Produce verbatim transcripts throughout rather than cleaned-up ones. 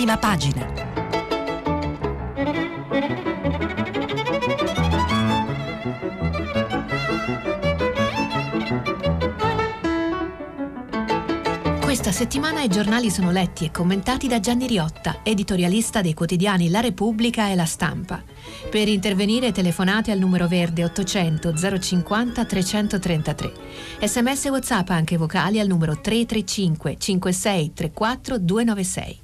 Prima pagina. Questa settimana i giornali sono letti e commentati da Gianni Riotta, editorialista dei quotidiani La Repubblica e La Stampa. Per intervenire telefonate al numero verde ottocento zero cinquanta trecentotrentatré. Sms e WhatsApp anche vocali al numero tre tre cinque cinque sei tre quattro due nove sei.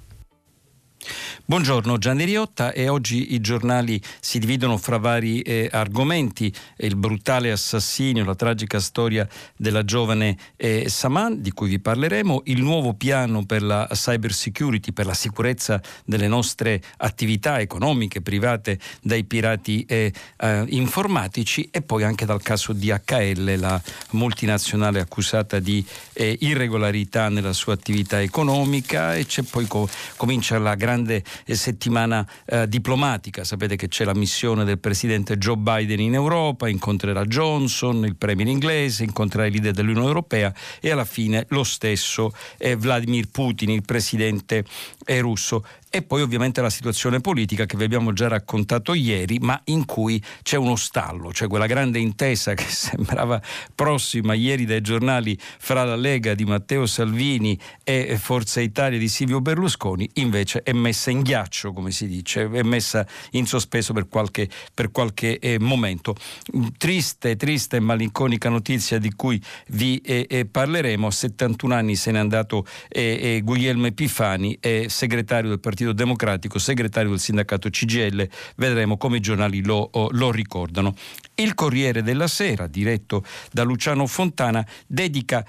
Buongiorno, Gianni Riotta, e oggi i giornali si dividono fra vari eh, argomenti: il brutale assassinio, la tragica storia della giovane eh, Saman, di cui vi parleremo, il nuovo piano per la cyber security, per la sicurezza delle nostre attività economiche private dai pirati eh, eh, informatici, e poi anche dal caso di H L, la multinazionale accusata di eh, irregolarità nella sua attività economica. E c'è poi co- comincia la grande settimana eh, diplomatica. Sapete che c'è la missione del presidente Joe Biden in Europa, incontrerà Johnson, il premier inglese, incontrerà i leader dell'Unione Europea, e alla fine lo stesso eh, Vladimir Putin, il presidente eh, russo. E poi ovviamente la situazione politica che vi abbiamo già raccontato ieri, ma in cui c'è uno stallo, cioè quella grande intesa che sembrava prossima ieri dai giornali fra la Lega di Matteo Salvini e Forza Italia di Silvio Berlusconi, invece è messa in ghiaccio, come si dice, è messa in sospeso per qualche, per qualche eh, momento. Triste, triste e malinconica notizia di cui vi eh, eh, parleremo. A settantuno anni se n'è andato eh, eh, Guglielmo Epifani, eh, segretario del Partito Democratico, segretario del sindacato C G I L. Vedremo come i giornali lo, lo ricordano. Il Corriere della Sera, diretto da Luciano Fontana, dedica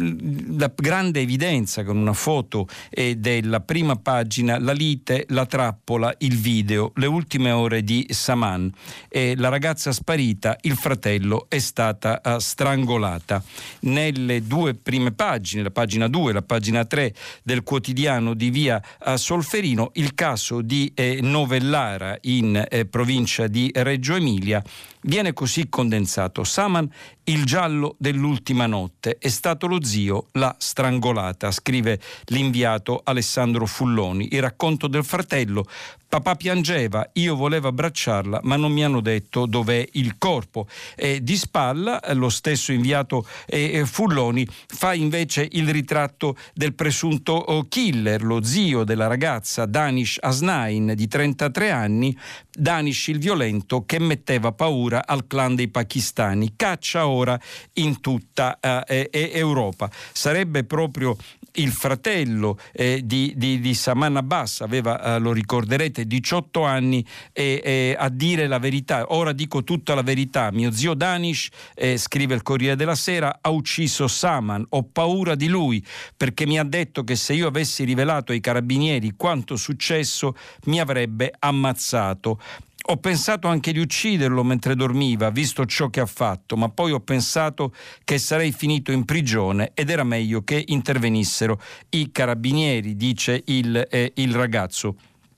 mh, la grande evidenza con una foto eh, della prima pagina: la lite, la trappola, il video, le ultime ore di Saman. Eh, la ragazza sparita, il fratello è stata uh, strangolata. Nelle due prime pagine, la pagina due e la pagina tre del quotidiano di via uh, Solferino, il caso di eh, Novellara in eh, provincia di Reggio Emilia viene così condensato: Saman, il giallo dell'ultima notte, è stato lo zio, l'ha strangolata, scrive l'inviato Alessandro Fulloni. Il racconto del fratello: papà piangeva, io volevo abbracciarla, ma non mi hanno detto dov'è il corpo. E di spalla lo stesso inviato eh, Fulloni fa invece il ritratto del presunto killer, lo zio della ragazza Danish Asnain di trentatré anni, Danish il violento che metteva paura al clan dei pakistani, caccia ora in tutta eh, Europa. Sarebbe proprio il fratello eh, di, di, di Saman Abbas, aveva, eh, lo ricorderete, diciotto anni, eh, eh, a dire la verità. Ora dico tutta la verità: mio zio Danish, eh, scrive il Corriere della Sera, ha ucciso Saman, ho paura di lui perché mi ha detto che se io avessi rivelato ai carabinieri quanto successo mi avrebbe ammazzato. Ho pensato anche di ucciderlo mentre dormiva, visto ciò che ha fatto, ma poi ho pensato che sarei finito in prigione ed era meglio che intervenissero i carabinieri, dice il, eh, il ragazzo.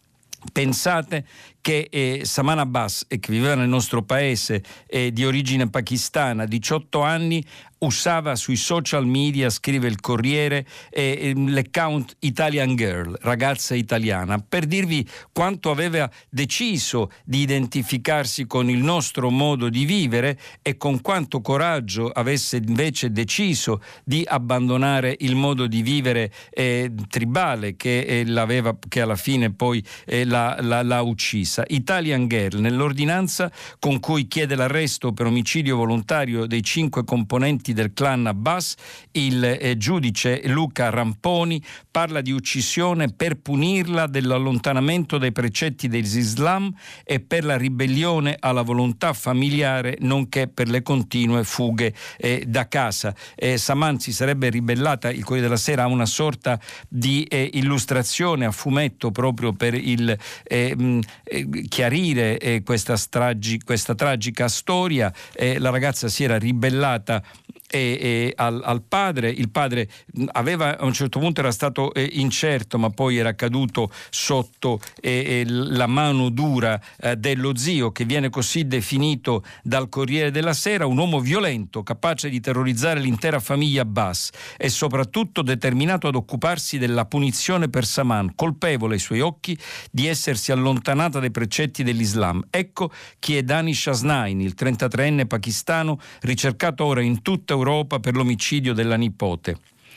Pensate che eh, Saman Abbas, eh, che viveva nel nostro paese, eh, di origine pakistana, diciotto anni, usava sui social media, scrive il Corriere, eh, l'account Italian Girl, ragazza italiana, per dirvi quanto aveva deciso di identificarsi con il nostro modo di vivere e con quanto coraggio avesse invece deciso di abbandonare il modo di vivere eh, tribale che, eh, l'aveva, che alla fine poi eh, l'ha, l'ha, l'ha uccisa. Italian Girl, nell'ordinanza con cui chiede l'arresto per omicidio volontario dei cinque componenti del clan Abbas, il eh, giudice Luca Ramponi parla di uccisione per punirla dell'allontanamento dai precetti dell'Islam e per la ribellione alla volontà familiare, nonché per le continue fughe eh, da casa. Eh, Saman si sarebbe ribellata, il Corriere della Sera ha una sorta di eh, illustrazione a fumetto proprio per il eh, mh, chiarire eh, questa, stragi, questa tragica storia. Eh, la ragazza si era ribellata E, e al, al padre. Il padre aveva, a un certo punto era stato eh, incerto, ma poi era caduto sotto eh, eh, la mano dura eh, dello zio, che viene così definito dal Corriere della Sera: un uomo violento, capace di terrorizzare l'intera famiglia Abbas e soprattutto determinato ad occuparsi della punizione per Saman, colpevole ai suoi occhi di essersi allontanata dai precetti dell'Islam. Ecco chi è Danish Hasnain, il trentatreenne pakistano ricercato ora in tutta Europa per l'omicidio della nipote.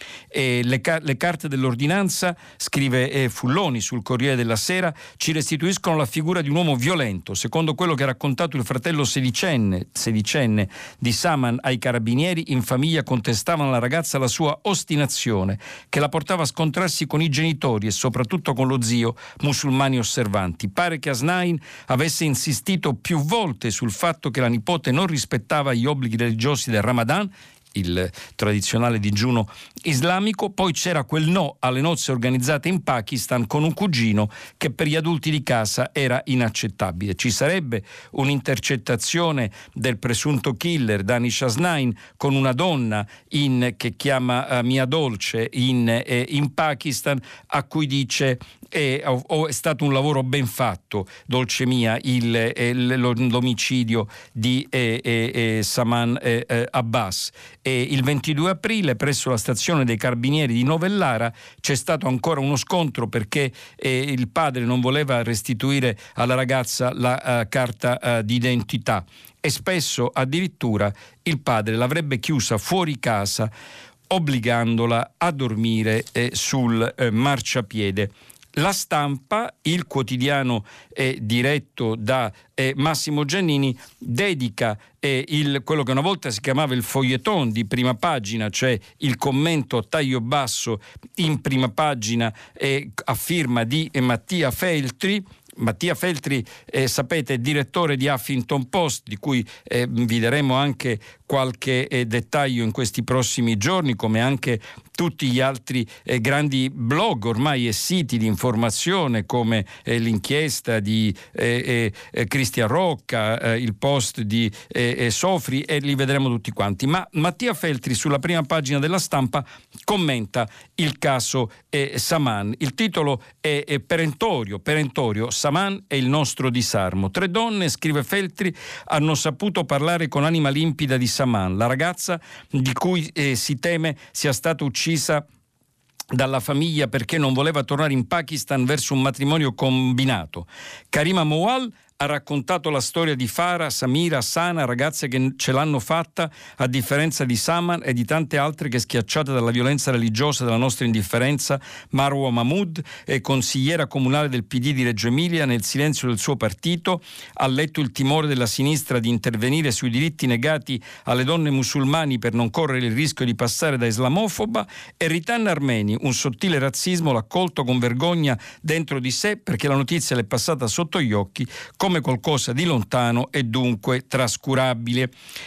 E le, ca- le carte dell'ordinanza, scrive eh, Fulloni sul Corriere della Sera, ci restituiscono la figura di un uomo violento, secondo quello che ha raccontato il fratello sedicenne, sedicenne di Saman ai carabinieri. In famiglia contestavano alla ragazza la sua ostinazione, che la portava a scontrarsi con i genitori e soprattutto con lo zio, musulmani osservanti. Pare che Hasnain avesse insistito più volte sul fatto che la nipote non rispettava gli obblighi religiosi del Ramadan, il tradizionale digiuno islamico. Poi c'era quel no alle nozze organizzate in Pakistan con un cugino che per gli adulti di casa era inaccettabile. Ci sarebbe un'intercettazione del presunto killer Danish Hasnain con una donna in, che chiama uh, Mia Dolce in, eh, in Pakistan, a cui dice eh, oh, oh, è stato un lavoro ben fatto, dolce mia, il, eh, l'omicidio di eh, eh, Saman eh, eh, Abbas. E il ventidue aprile presso la stazione dei Carabinieri di Novellara c'è stato ancora uno scontro perché eh, il padre non voleva restituire alla ragazza la uh, carta uh, d'identità e spesso addirittura il padre l'avrebbe chiusa fuori casa obbligandola a dormire eh, sul eh, marciapiede. La Stampa, il quotidiano eh, diretto da eh, Massimo Giannini, dedica eh, il, quello che una volta si chiamava il feuilleton di prima pagina, cioè il commento a taglio basso in prima pagina eh, a firma di eh, Mattia Feltri. Mattia Feltri, eh, sapete, è direttore di Huffington Post, di cui eh, vi daremo anche qualche eh, dettaglio in questi prossimi giorni, come anche tutti gli altri eh, grandi blog ormai e siti di informazione come eh, l'inchiesta di eh, eh, Cristian Rocca, eh, il post di eh, eh, Sofri, e li vedremo tutti quanti. Ma Mattia Feltri sulla prima pagina della Stampa commenta il caso eh, Saman. Il titolo è, è perentorio, perentorio. Saman è il nostro disarmo. Tre donne, scrive Feltri, hanno saputo parlare con anima limpida di Saman, la ragazza di cui eh, si teme sia stata uccisa dalla famiglia perché non voleva tornare in Pakistan verso un matrimonio combinato. Karima Mowal ha raccontato la storia di Farah, Samira, Sana, ragazze che ce l'hanno fatta, a differenza di Saman e di tante altre che, schiacciate dalla violenza religiosa e dalla nostra indifferenza. Marwa Mahmood, è consigliera comunale del P D di Reggio Emilia, nel silenzio del suo partito ha letto il timore della sinistra di intervenire sui diritti negati alle donne musulmane per non correre il rischio di passare da islamofoba, e Ritan Armeni, un sottile razzismo l'ha accolto con vergogna dentro di sé perché la notizia le è passata sotto gli occhi come qualcosa di lontano e dunque trascurabile.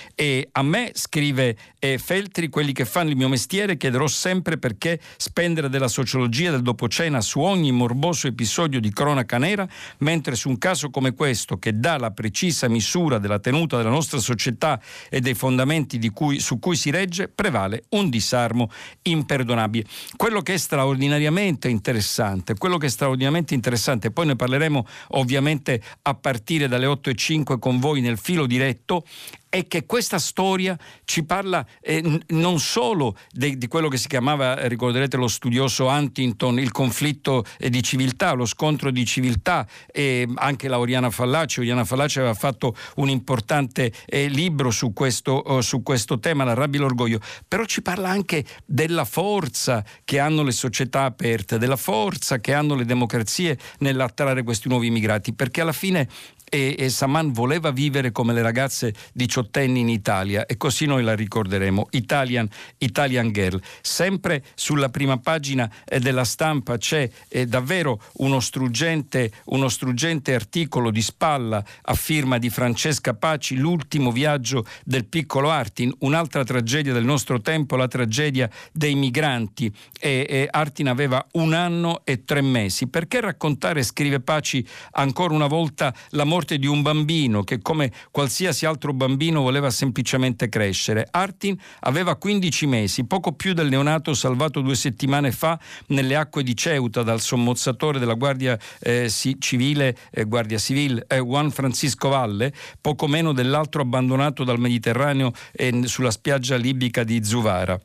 E a me, scrive eh, Feltri, quelli che fanno il mio mestiere, chiederò sempre perché spendere della sociologia del dopocena su ogni morboso episodio di cronaca nera, mentre su un caso come questo, che dà la precisa misura della tenuta della nostra società e dei fondamenti di cui, su cui si regge, prevale un disarmo imperdonabile. Quello che è straordinariamente interessante, quello che è straordinariamente interessante, poi ne parleremo ovviamente a partire dalle otto e cinque con voi nel filo diretto, è che questa storia ci parla eh, n- non solo de- di quello che si chiamava, eh, ricorderete lo studioso Huntington, il conflitto eh, di civiltà, lo scontro di civiltà, e anche la Oriana Fallaci. Oriana Fallaci aveva fatto un importante eh, libro su questo, oh, su questo tema, La rabbia e l'orgoglio, però ci parla anche della forza che hanno le società aperte, della forza che hanno le democrazie nell'attrarre questi nuovi immigrati, perché alla fine E, e Saman voleva vivere come le ragazze diciottenni in Italia, e così noi la ricorderemo. Italian, Italian Girl. Sempre sulla prima pagina eh, della Stampa c'è eh, davvero uno struggente, uno struggente articolo di spalla a firma di Francesca Paci, L'ultimo viaggio del piccolo Artin, un'altra tragedia del nostro tempo, la tragedia dei migranti. E, e Artin aveva un anno e tre mesi. Perché raccontare, scrive Paci, ancora una volta la morte di un bambino che, come qualsiasi altro bambino, bambino voleva semplicemente crescere. Artin aveva quindici mesi, poco più del neonato salvato due settimane fa nelle acque di Ceuta dal sommozzatore della Guardia eh, Civile, eh, Guardia Civile eh, Juan Francisco Valle, poco meno dell'altro abbandonato dal Mediterraneo eh, sulla spiaggia libica di Zuvara.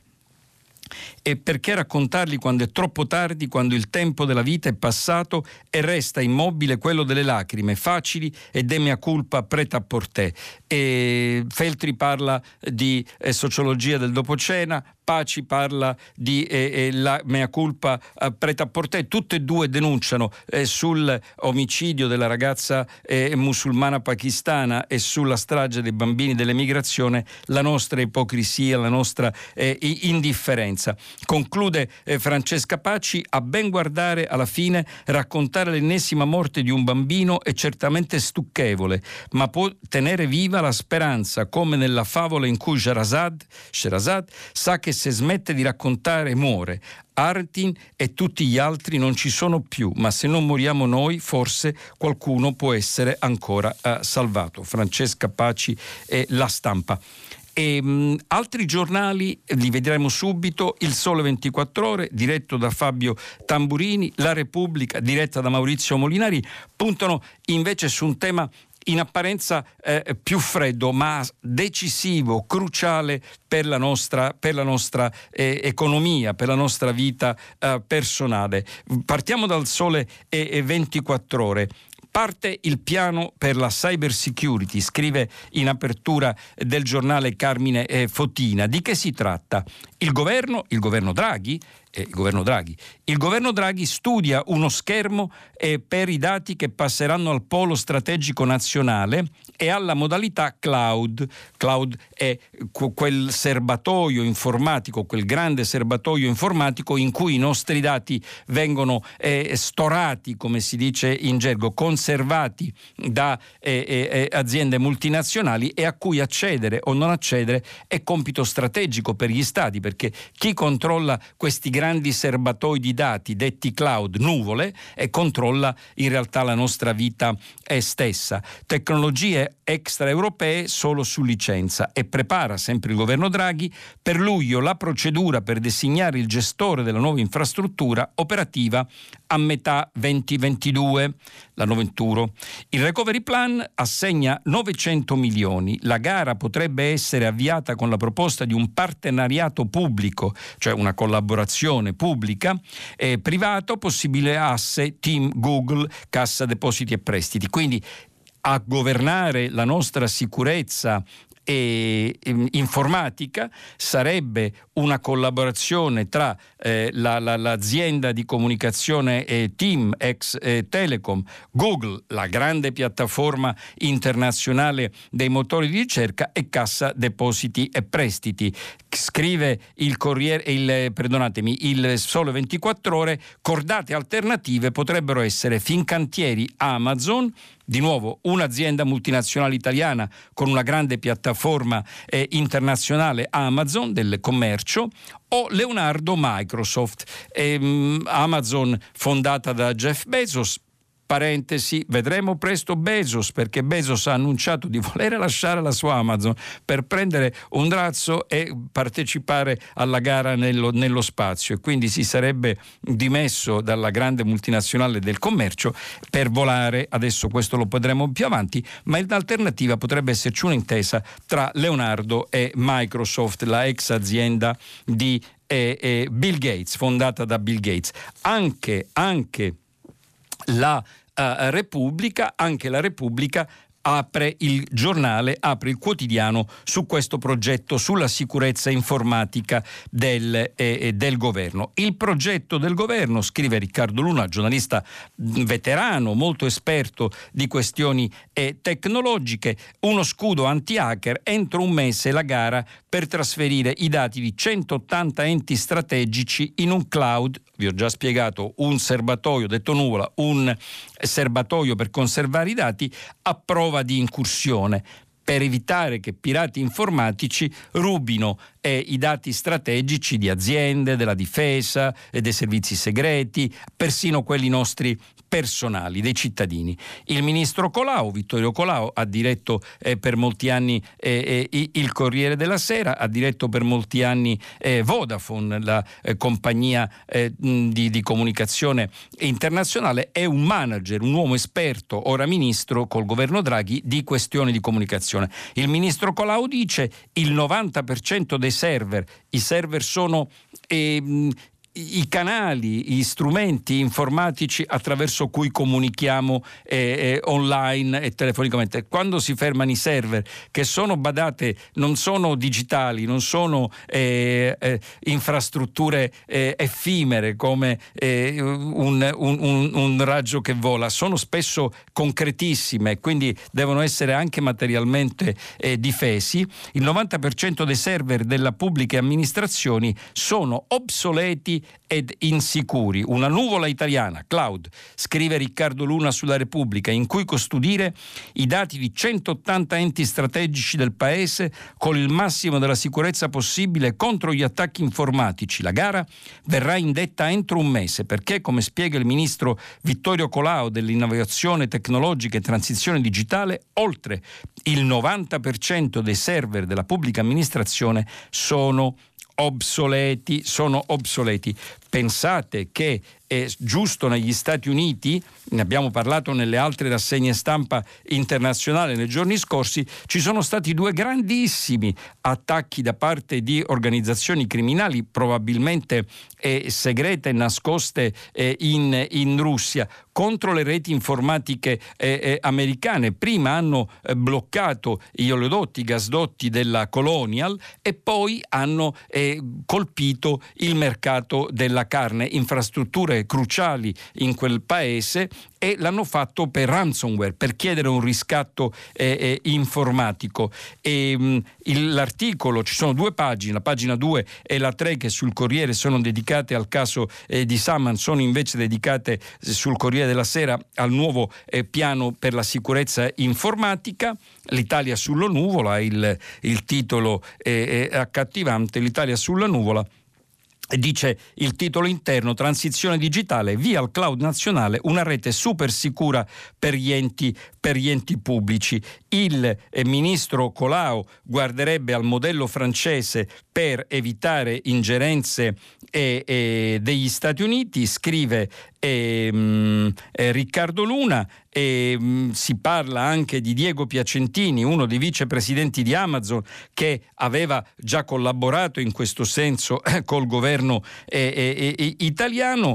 E perché raccontarli quando è troppo tardi, quando il tempo della vita è passato e resta immobile quello delle lacrime facili e de mea culpa prêt-à-porter. E Feltri parla di eh, sociologia del dopocena, Paci parla di eh, eh, la mea culpa eh, prêt-à-porter. Tutte e due denunciano eh, sul omicidio della ragazza eh, musulmana pakistana e sulla strage dei bambini dell'emigrazione la nostra ipocrisia, la nostra eh, indifferenza. Conclude eh, Francesca Paci: a ben guardare, alla fine raccontare l'ennesima morte di un bambino è certamente stucchevole, ma può tenere viva la speranza, come nella favola in cui Sherazad, Sherazad sa che se smette di raccontare muore. Artin e tutti gli altri non ci sono più, ma se non moriamo noi forse qualcuno può essere ancora uh, salvato. Francesca Paci e La Stampa. E, mh, altri giornali li vedremo subito: Il Sole ventiquattro Ore diretto da Fabio Tamburini, La Repubblica diretta da Maurizio Molinari, puntano invece su un tema in apparenza eh, più freddo ma decisivo, cruciale per la nostra, per la nostra eh, economia, per la nostra vita eh, personale. Partiamo dal Sole e ventiquattro Ore. Parte il piano per la cyber security, scrive in apertura del giornale Carmine Fotina. Di che si tratta? Il governo, il governo Draghi, eh, il governo Draghi, il governo Draghi studia uno schermo eh, per i dati che passeranno al polo strategico nazionale e alla modalità cloud. Cloud è quel serbatoio informatico, quel grande serbatoio informatico in cui i nostri dati vengono eh, storati, come si dice in gergo, conservati da eh, eh, aziende multinazionali, e a cui accedere o non accedere è compito strategico per gli stati, perché chi controlla questi grandi serbatoi di dati detti cloud, nuvole, e controlla in realtà la nostra vita stessa. Tecnologie extraeuropee solo su licenza. E prepara sempre il governo Draghi per luglio la procedura per designare il gestore della nuova infrastruttura operativa a metà duemilaventidue, l'anno venturo. Il recovery plan assegna novecento milioni. La gara potrebbe essere avviata con la proposta di un partenariato pubblico, cioè una collaborazione pubblica e privato, possibile asse team Google, Cassa Depositi e Prestiti. Quindi a governare la nostra sicurezza e informatica sarebbe una collaborazione tra eh, la, la, l'azienda di comunicazione eh, Team, ex eh, Telecom, Google, la grande piattaforma internazionale dei motori di ricerca, e Cassa Depositi e Prestiti. Scrive il Corriere, il, perdonatemi, il Sole ventiquattro Ore: cordate alternative potrebbero essere Fincantieri, Amazon, di nuovo un'azienda multinazionale italiana con una grande piattaforma eh, internazionale, Amazon del commercio, o Leonardo, Microsoft. Ehm, Amazon fondata da Jeff Bezos. Parentesi, vedremo presto Bezos, perché Bezos ha annunciato di voler lasciare la sua Amazon per prendere un drazzo e partecipare alla gara nello, nello spazio, e quindi si sarebbe dimesso dalla grande multinazionale del commercio per volare. Adesso questo lo vedremo più avanti, ma in alternativa potrebbe esserci un'intesa tra Leonardo e Microsoft, la ex azienda di eh, eh, Bill Gates, fondata da Bill Gates. Anche, anche la Uh, Repubblica, anche la Repubblica apre il giornale, apre il quotidiano su questo progetto sulla sicurezza informatica del, eh, del governo. Il progetto del governo, scrive Riccardo Luna, giornalista veterano, molto esperto di questioni eh, tecnologiche: uno scudo anti-hacker, entro un mese la gara per trasferire i dati di centottanta enti strategici in un cloud. Vi ho già spiegato, un serbatoio, detto nuvola, un serbatoio per conservare i dati a prova di incursione. per evitare che pirati informatici rubino eh, i dati strategici di aziende, della difesa e dei servizi segreti, persino quelli nostri personali, dei cittadini. Il ministro Colao, Vittorio Colao, ha diretto eh, per molti anni eh, eh, il Corriere della Sera, ha diretto per molti anni eh, Vodafone, la eh, compagnia eh, di, di comunicazione internazionale, è un manager, un uomo esperto, ora ministro col governo Draghi, di questioni di comunicazione. Il ministro Colao dice il novanta per cento dei server, i server sono eh, i canali, gli strumenti informatici attraverso cui comunichiamo eh, eh, online e telefonicamente. Quando si fermano i server, che sono badate, non sono digitali, non sono eh, eh, infrastrutture eh, effimere come eh, un, un, un raggio che vola, sono spesso concretissime, quindi devono essere anche materialmente eh, difesi. Il novanta per cento dei server della pubbliche amministrazioni sono obsoleti ed insicuri. Una nuvola italiana, cloud, scrive Riccardo Luna sulla Repubblica, in cui custodire i dati di centottanta enti strategici del paese con il massimo della sicurezza possibile contro gli attacchi informatici. La gara verrà indetta entro un mese perché, come spiega il ministro Vittorio Colao dell'innovazione tecnologica e transizione digitale, oltre il novanta per cento dei server della pubblica amministrazione sono obsoleti, sono obsoleti. Pensate che è giusto negli Stati Uniti, ne abbiamo parlato nelle altre rassegne stampa internazionali nei giorni scorsi, ci sono stati due grandissimi attacchi da parte di organizzazioni criminali, probabilmente eh, segrete e nascoste eh, in, in Russia, contro le reti informatiche eh, eh, americane. Prima hanno eh, bloccato gli oleodotti, i gasdotti della Colonial e poi hanno eh, colpito il mercato della carne, infrastrutture cruciali in quel paese, e l'hanno fatto per ransomware, per chiedere un riscatto eh, eh, informatico. E, mh, il, l'articolo, ci sono due pagine, la pagina due e la tre che sul Corriere sono dedicate al caso eh, di Saman, sono invece dedicate sul Corriere della Sera al nuovo eh, piano per la sicurezza informatica. L'Italia sulla nuvola, il, il titolo è, è accattivante, l'Italia sulla nuvola. Dice il titolo interno: transizione digitale, via al cloud nazionale, una rete super sicura per gli enti, per gli enti pubblici. Il eh, ministro Colao guarderebbe al modello francese per evitare ingerenze eh, eh, degli Stati Uniti, scrive eh, eh, Riccardo Luna. E mh, si parla anche di Diego Piacentini, uno dei vicepresidenti di Amazon, che aveva già collaborato in questo senso eh, col governo eh, eh, italiano.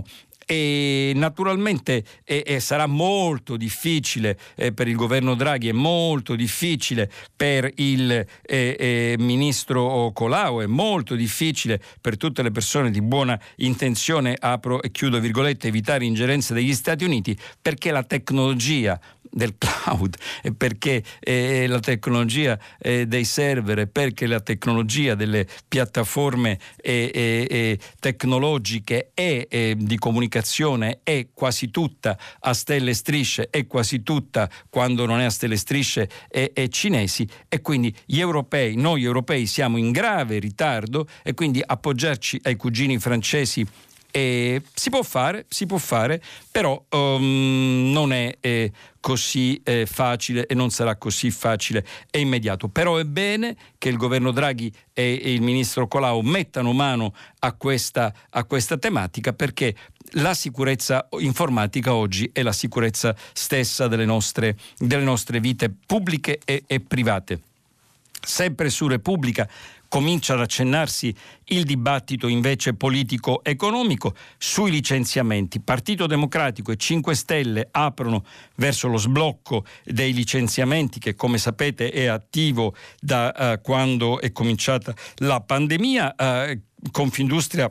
E naturalmente eh, eh, sarà molto difficile eh, per il governo Draghi, è molto difficile per il eh, eh, ministro Colao, è molto difficile per tutte le persone di buona intenzione, apro e chiudo virgolette, evitare ingerenze degli Stati Uniti, perché la tecnologia del cloud e perché eh, la tecnologia eh, dei server e perché la tecnologia delle piattaforme eh, eh, tecnologiche e eh, di comunicazione è quasi tutta a stelle e strisce, è quasi tutta, quando non è a stelle e strisce, è, è cinesi, e quindi gli europei, noi europei siamo in grave ritardo, e quindi appoggiarci ai cugini francesi E si può fare, si può fare, però um, non è eh, così eh, facile, e non sarà così facile e immediato. Però è bene che il governo Draghi e, e il ministro Colao mettano mano a questa, a questa tematica, perché la sicurezza informatica oggi è la sicurezza stessa delle nostre, delle nostre vite pubbliche e, e private. Sempre su Repubblica comincia ad accennarsi il dibattito invece politico-economico sui licenziamenti. Partito Democratico e cinque Stelle aprono verso lo sblocco dei licenziamenti, che come sapete è attivo da uh, quando è cominciata la pandemia. Uh, Confindustria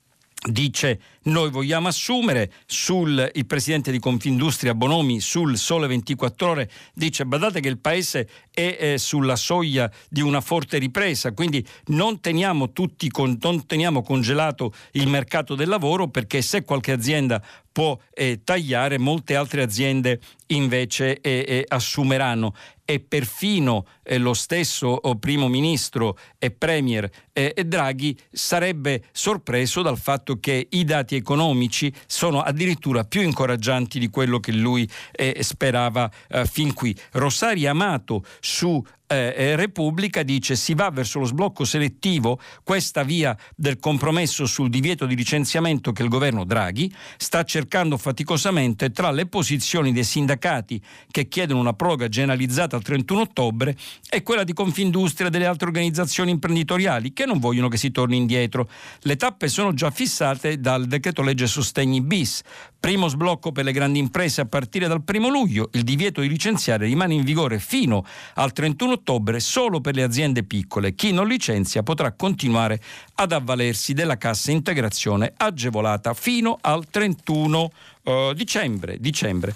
dice: noi vogliamo assumere. Sul, il presidente di Confindustria Bonomi sul Sole ventiquattro Ore dice: badate che il paese è eh, sulla soglia di una forte ripresa, quindi non teniamo tutti con, non teniamo congelato il mercato del lavoro, perché se qualche azienda può eh, tagliare, molte altre aziende invece eh, eh, assumeranno. E perfino eh, lo stesso oh, primo ministro e premier eh, Draghi sarebbe sorpreso dal fatto che i dati economici sono addirittura più incoraggianti di quello che lui eh, sperava eh, fin qui. Rosaria Amato su Eh, Repubblica dice: si va verso lo sblocco selettivo, questa via del compromesso sul divieto di licenziamento che il governo Draghi sta cercando faticosamente tra le posizioni dei sindacati che chiedono una proroga generalizzata al trentuno ottobre e quella di Confindustria e delle altre organizzazioni imprenditoriali che non vogliono che si torni indietro. Le tappe sono già fissate dal decreto legge sostegni bis. Primo sblocco per le grandi imprese a partire dal primo luglio, il divieto di licenziare rimane in vigore fino al trentuno ottobre solo per le aziende piccole. Chi non licenzia potrà continuare ad avvalersi della cassa integrazione agevolata fino al trentuno uh, dicembre. dicembre.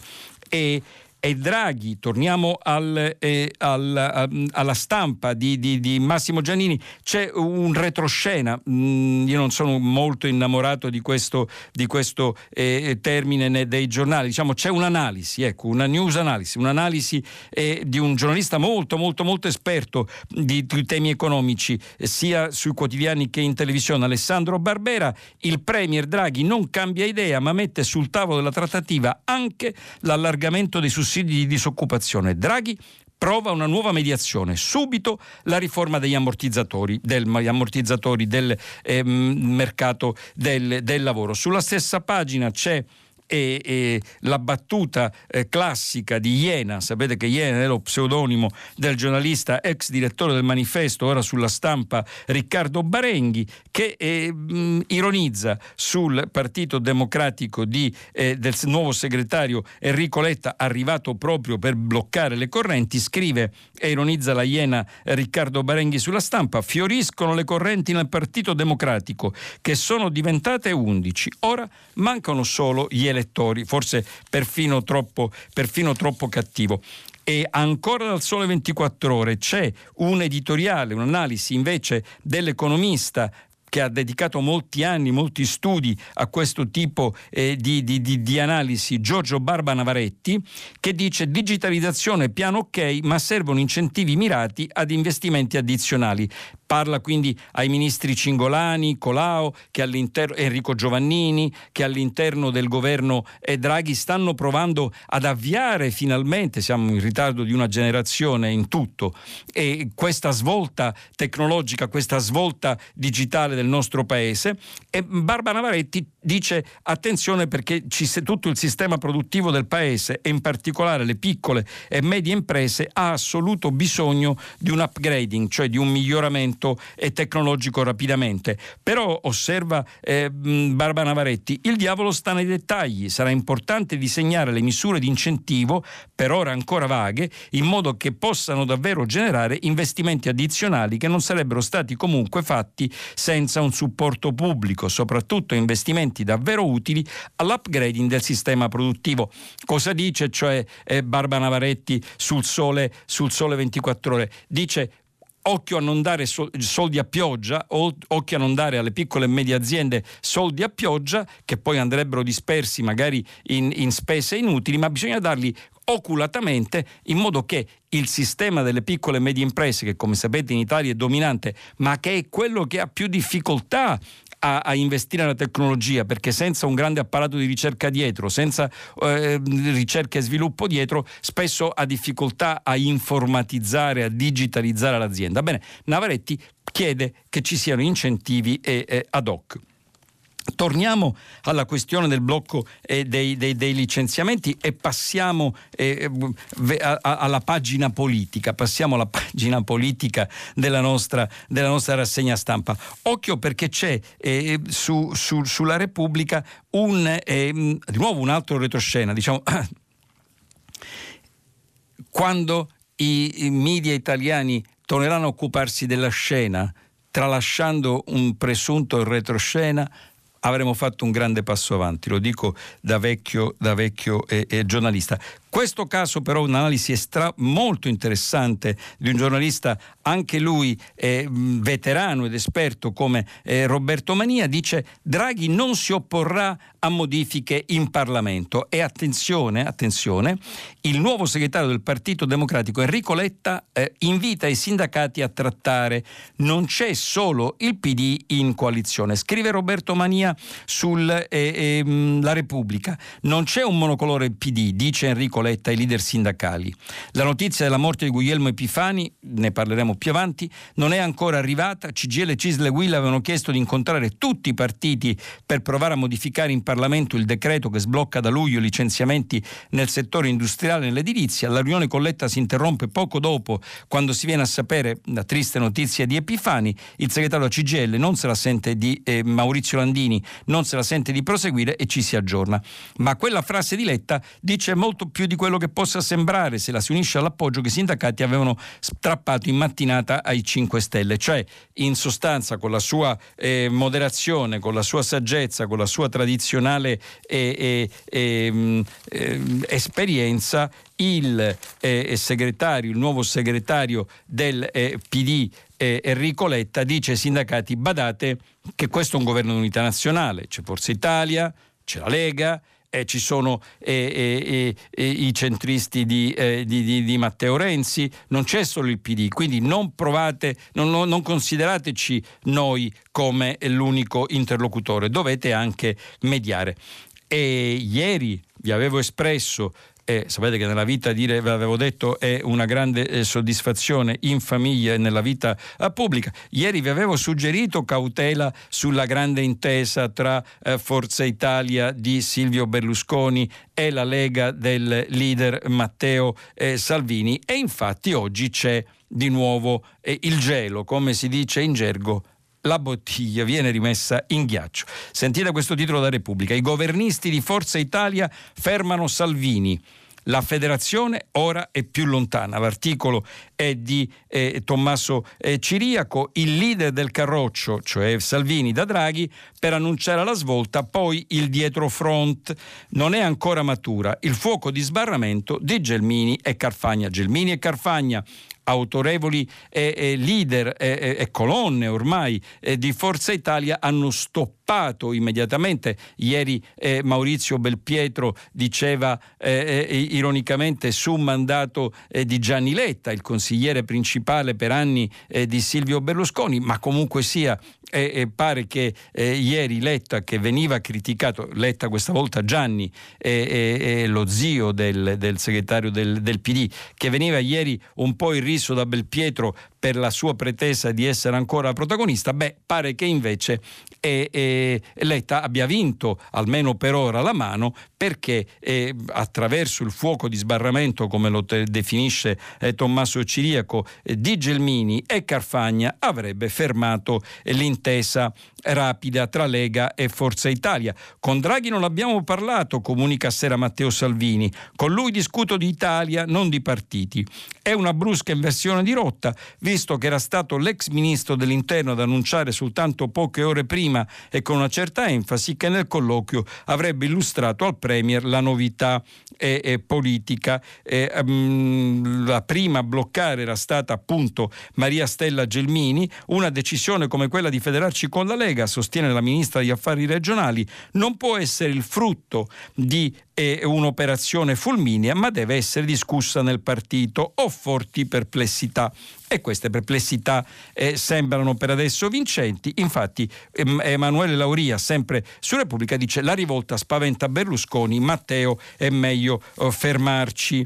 E E Draghi, torniamo al, eh, al, alla stampa di, di, di Massimo Giannini, c'è un retroscena. Mm, io non sono molto innamorato di questo, di questo eh, termine dei giornali, diciamo c'è un'analisi, ecco, una news analisi, un'analisi eh, di un giornalista molto molto molto esperto di, di temi economici, eh, sia sui quotidiani che in televisione, Alessandro Barbera. Il premier Draghi non cambia idea ma mette sul tavolo della trattativa anche l'allargamento dei sussidi di disoccupazione. Draghi prova una nuova mediazione, subito la riforma degli ammortizzatori, del, gli ammortizzatori del eh, mercato del, del lavoro. Sulla stessa pagina c'è E, e la battuta eh, classica di Iena. Sapete che Iena è lo pseudonimo del giornalista ex direttore del Manifesto, ora sulla Stampa, Riccardo Barenghi, che eh, mh, ironizza sul Partito Democratico di, eh, del nuovo segretario Enrico Letta, arrivato proprio per bloccare le correnti. Scrive e ironizza la Iena eh, Riccardo Barenghi sulla Stampa: fioriscono le correnti nel Partito Democratico che sono diventate undici, ora mancano solo gli elettori. Forse perfino troppo, perfino troppo cattivo. E ancora dal Sole ventiquattro Ore c'è un editoriale, un'analisi invece dell'economista che ha dedicato molti anni, molti studi a questo tipo eh, di, di, di, di analisi, Giorgio Barba Navaretti, che dice: digitalizzazione piano ok, ma servono incentivi mirati ad investimenti addizionali. Parla quindi ai ministri Cingolani, Colao, che all'interno, Enrico Giovannini, che all'interno del governo eh, Draghi stanno provando ad avviare finalmente, siamo in ritardo di una generazione in tutto, e questa svolta tecnologica, questa svolta digitale del nostro paese. E Barba Navaretti dice: attenzione, perché ci, tutto il sistema produttivo del paese e in particolare le piccole e medie imprese ha assoluto bisogno di un upgrading, cioè di un miglioramento e tecnologico rapidamente. Però osserva eh, Barba Navaretti, il diavolo sta nei dettagli. Sarà importante disegnare le misure di incentivo, per ora ancora vaghe, in modo che possano davvero generare investimenti addizionali che non sarebbero stati comunque fatti senza un supporto pubblico, soprattutto investimenti davvero utili all'upgrading del sistema produttivo. Cosa dice cioè eh, Barba Navaretti sul Sole, sul Sole ventiquattro Ore? Dice: occhio a non dare soldi a pioggia, occhio a non dare alle piccole e medie aziende soldi a pioggia che poi andrebbero dispersi magari in, in spese inutili, ma bisogna darli oculatamente, in modo che il sistema delle piccole e medie imprese, che come sapete in Italia è dominante, ma che è quello che ha più difficoltà a, a investire nella tecnologia, perché senza un grande apparato di ricerca dietro, senza eh, ricerca e sviluppo dietro, spesso ha difficoltà a informatizzare, a digitalizzare l'azienda. Bene, Navaretti chiede che ci siano incentivi e, e ad hoc. Torniamo alla questione del blocco eh, dei, dei, dei licenziamenti e passiamo eh, a, a, alla pagina politica, passiamo alla pagina politica della nostra, della nostra rassegna stampa. Occhio, perché c'è eh, su, su, sulla Repubblica un, eh, di nuovo un altro retroscena, diciamo, quando i, i media italiani torneranno a occuparsi della scena, tralasciando un presunto retroscena, avremo fatto un grande passo avanti, lo dico da vecchio, da vecchio eh, eh, giornalista. Questo caso però è un'analisi estra- molto interessante di un giornalista, anche lui eh, veterano ed esperto come eh, Roberto Mania, dice: Draghi non si opporrà a modifiche in Parlamento. E attenzione, attenzione, il nuovo segretario del Partito Democratico Enrico Letta eh, invita i sindacati a trattare. Non c'è solo il P D in coalizione. Scrive Roberto Mania sulla eh, eh, Repubblica. Non c'è un monocolore P D, dice Enrico Letta ai leader sindacali. La notizia della morte di Guglielmo Epifani, ne parleremo più avanti, non è ancora arrivata. C G I L, C I S L e U I L avevano chiesto di incontrare tutti i partiti per provare a modificare in Parlamento il decreto che sblocca da luglio i licenziamenti nel settore industriale e nell'edilizia. La riunione con Letta si interrompe poco dopo, quando si viene a sapere la triste notizia di Epifani. Il segretario C G I L non se la sente di eh, Maurizio Landini non se la sente di proseguire e ci si aggiorna. Ma quella frase di Letta dice molto più di quello che possa sembrare se la si unisce all'appoggio che i sindacati avevano strappato in mattinata ai cinque Stelle, cioè in sostanza con la sua eh, moderazione, con la sua saggezza, con la sua tradizionale eh, eh, eh, eh, esperienza, il eh, segretario, il nuovo segretario del eh, P D eh, Enrico Letta dice ai sindacati: badate che questo è un governo di unità nazionale, c'è Forza Italia, c'è la Lega, eh, ci sono eh, eh, eh, i centristi di, eh, di, di, di Matteo Renzi, non c'è solo il P D, quindi non provate, non, non, non considerateci noi come l'unico interlocutore, dovete anche mediare. E ieri vi avevo espresso, e sapete che nella vita, dire, ve l'avevo detto, è una grande eh, soddisfazione in famiglia e nella vita eh, pubblica. Ieri vi avevo suggerito cautela sulla grande intesa tra eh, Forza Italia di Silvio Berlusconi e la Lega del leader Matteo eh, Salvini, e infatti oggi c'è di nuovo eh, il gelo, come si dice in gergo. La bottiglia viene rimessa in ghiaccio. Sentite questo titolo da Repubblica: i governisti di Forza Italia fermano Salvini. La federazione ora è più lontana. L'articolo è di eh, Tommaso eh, Ciriaco. Il leader del carroccio, cioè Salvini da Draghi, per annunciare la svolta, poi il dietrofront. Non è ancora matura il fuoco di sbarramento di Gelmini e Carfagna. Gelmini e Carfagna, autorevoli eh, eh, leader e eh, eh, colonne ormai eh, di Forza Italia, hanno stoppato immediatamente. Ieri eh, Maurizio Belpietro diceva eh, eh, ironicamente su mandato eh, di Gianni Letta, il consigliere principale per anni eh, di Silvio Berlusconi, ma comunque sia E, e pare che eh, ieri Letta, che veniva criticato, Letta questa volta Gianni, eh, eh, lo zio del, del segretario del, del P D, che veniva ieri un po' irriso da Belpietro per la sua pretesa di essere ancora protagonista, beh, pare che invece eh, eh, Letta abbia vinto, almeno per ora, la mano, perché eh, attraverso il fuoco di sbarramento, come lo te- definisce eh, Tommaso Ciriaco, eh, di Gelmini e Carfagna, avrebbe fermato eh, l'intesa rapida tra Lega e Forza Italia. Con Draghi non abbiamo parlato, comunica sera Matteo Salvini. Con lui discuto di Italia, non di partiti. È una brusca inversione di rotta, visto che era stato l'ex ministro dell'Interno ad annunciare soltanto poche ore prima e con una certa enfasi che nel colloquio avrebbe illustrato al Premier la novità eh, eh, politica. Eh, um, la prima a bloccare era stata appunto Maria Stella Gelmini. Una decisione come quella di federarci con la Lega, sostiene la ministra degli affari regionali, non può essere il frutto di eh, un'operazione fulminea, ma deve essere discussa nel partito. Ho forti perplessità. E queste perplessità eh, sembrano per adesso vincenti. Infatti em- Emanuele Lauria, sempre su Repubblica, dice: la rivolta spaventa Berlusconi, Matteo, è meglio eh, fermarci.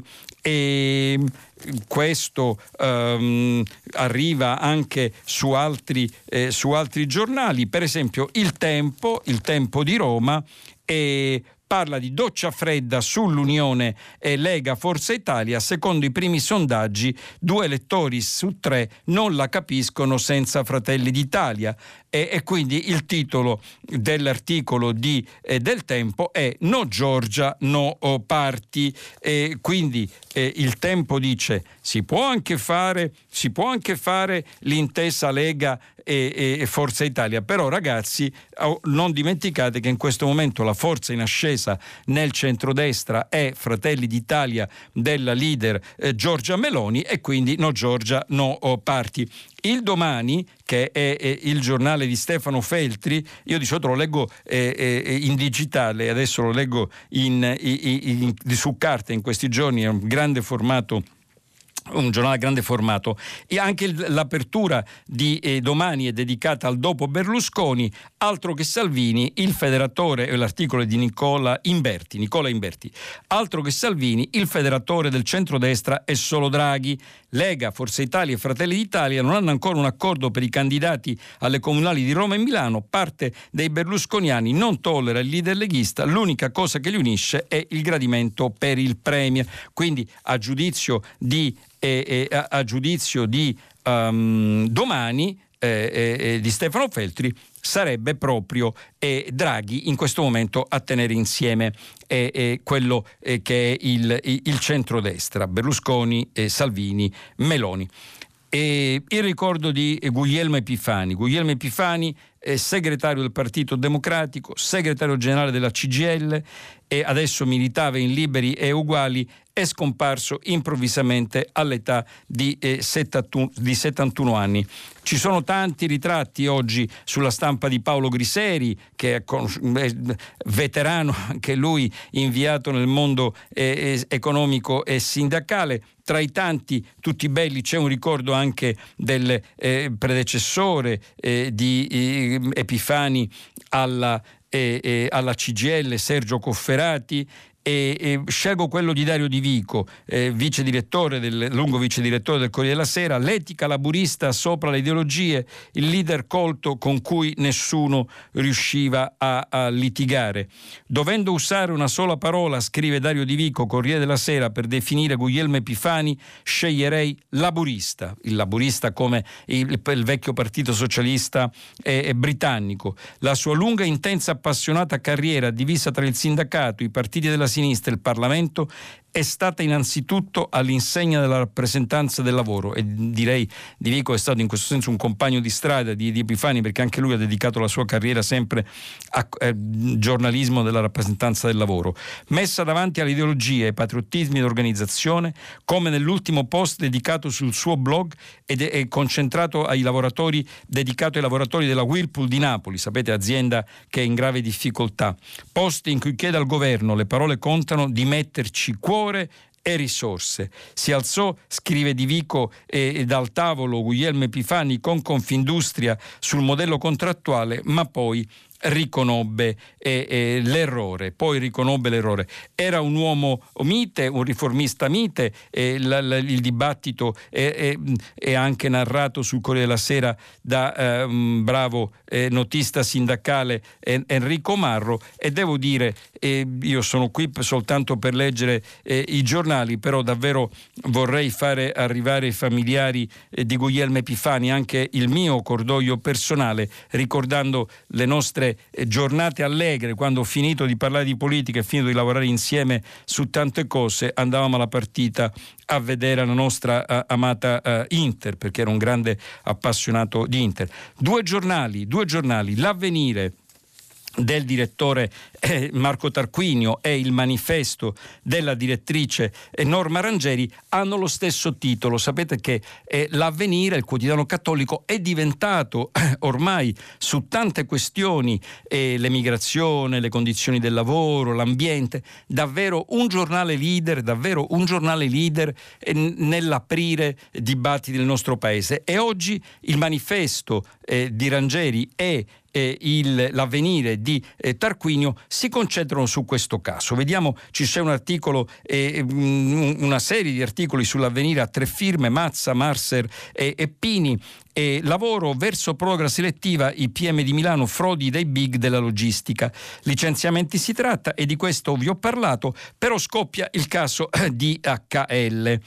E questo um, arriva anche su altri, eh, su altri giornali, per esempio Il Tempo, Il Tempo di Roma, e parla di doccia fredda sull'Unione e Lega Forza Italia. Secondo i primi sondaggi, due elettori su tre non la capiscono senza Fratelli d'Italia. E, e quindi il titolo dell'articolo di, eh, del Tempo è No Giorgia, no parti. E quindi eh, il Tempo dice si può anche fare, si può anche fare l'intesa Lega e, e Forza Italia, però ragazzi oh, non dimenticate che in questo momento la forza in ascesa nel centrodestra è Fratelli d'Italia della leader eh, Giorgia Meloni, e quindi no Giorgia, no oh, parti. Il Domani, che è, è il giornale di Stefano Feltri, io di solito lo leggo eh, eh, in digitale, adesso lo leggo in, in, in, in, su carta in questi giorni, è un grande formato, un giornale a grande formato, e anche l'apertura di eh, Domani è dedicata al dopo Berlusconi, altro che Salvini, il federatore, l'articolo è di Nicola Imberti, Nicola Imberti, altro che Salvini, il federatore del centrodestra è solo Draghi. Lega, Forza Italia e Fratelli d'Italia non hanno ancora un accordo per i candidati alle comunali di Roma e Milano, parte dei berlusconiani non tollera il leader leghista, l'unica cosa che li unisce è il gradimento per il premier. Quindi a giudizio di E, e, a, a giudizio di um, Domani eh, eh, di Stefano Feltri sarebbe proprio eh, Draghi in questo momento a tenere insieme eh, eh, quello eh, che è il, il centrodestra, Berlusconi, eh, Salvini, Meloni. E il ricordo di Guglielmo Epifani. Guglielmo Epifani è segretario del Partito Democratico, segretario generale della C G I L e adesso militava in Liberi e Uguali, è scomparso improvvisamente all'età di, eh, settantuno, di settantuno anni. Ci sono tanti ritratti oggi sulla stampa di Paolo Griseri, che è, è veterano anche lui, inviato nel mondo eh, economico e sindacale. Tra i tanti, tutti belli, c'è un ricordo anche del eh, predecessore eh, di eh, Epifani alla, eh, eh, alla C G I L, Sergio Cofferati. E, e scelgo quello di Dario Di Vico, eh, vice direttore del, lungo vice direttore del Corriere della Sera. L'etica laburista sopra le ideologie, il leader colto con cui nessuno riusciva a, a litigare. Dovendo usare una sola parola, scrive Dario Di Vico, Corriere della Sera, per definire Guglielmo Epifani, sceglierei laburista, il laburista come il, il vecchio partito socialista eh, eh, britannico. La sua lunga, intensa, appassionata carriera divisa tra il sindacato, i partiti della sinistra e il Parlamento è stata innanzitutto all'insegna della rappresentanza del lavoro, e direi Di Vico è stato in questo senso un compagno di strada di, di Epifani, perché anche lui ha dedicato la sua carriera sempre al eh, giornalismo della rappresentanza del lavoro, messa davanti all'ideologia e ai patriottismi d'organizzazione, come nell'ultimo post dedicato sul suo blog ed è, è concentrato ai lavoratori, dedicato ai lavoratori della Whirlpool di Napoli, sapete, azienda che è in grave difficoltà, post in cui chiede al governo, le parole contano, di metterci cuore e risorse. Si alzò, scrive Di Vico, e, e dal tavolo Guglielmo Epifani con Confindustria sul modello contrattuale, ma poi riconobbe eh, eh, l'errore, poi riconobbe l'errore. Era un uomo mite, un riformista mite, eh, la, la, il dibattito è, è, è anche narrato sul Corriere della Sera da eh, un bravo eh, notista sindacale eh, Enrico Marro, e devo dire, eh, io sono qui soltanto per leggere eh, i giornali, però davvero vorrei fare arrivare ai familiari eh, di Guglielmo Epifani anche il mio cordoglio personale, ricordando le nostre giornate allegre, quando ho finito di parlare di politica e finito di lavorare insieme su tante cose, andavamo alla partita a vedere la nostra uh, amata uh, Inter, perché era un grande appassionato di Inter. Due giornali, due giornali, l'Avvenire del direttore eh, Marco Tarquinio e il manifesto della direttrice eh, Norma Rangeri hanno lo stesso titolo. Sapete che eh, l'Avvenire, il quotidiano cattolico, è diventato eh, ormai su tante questioni, eh, l'emigrazione, le condizioni del lavoro, l'ambiente, davvero un giornale leader, davvero un giornale leader eh, nell'aprire dibattiti del nostro paese. E oggi il manifesto eh, di Rangeri e eh, il, l'Avvenire di eh, Tarquinio si concentrano su questo caso. Vediamo, ci c'è un articolo, eh, una serie di articoli sull'Avvenire a tre firme, Mazza, Marser e, e Pini, E lavoro verso proroga selettiva, I P M di Milano, frodi dei big della logistica. Licenziamenti si tratta e di questo vi ho parlato, però scoppia il caso D H L.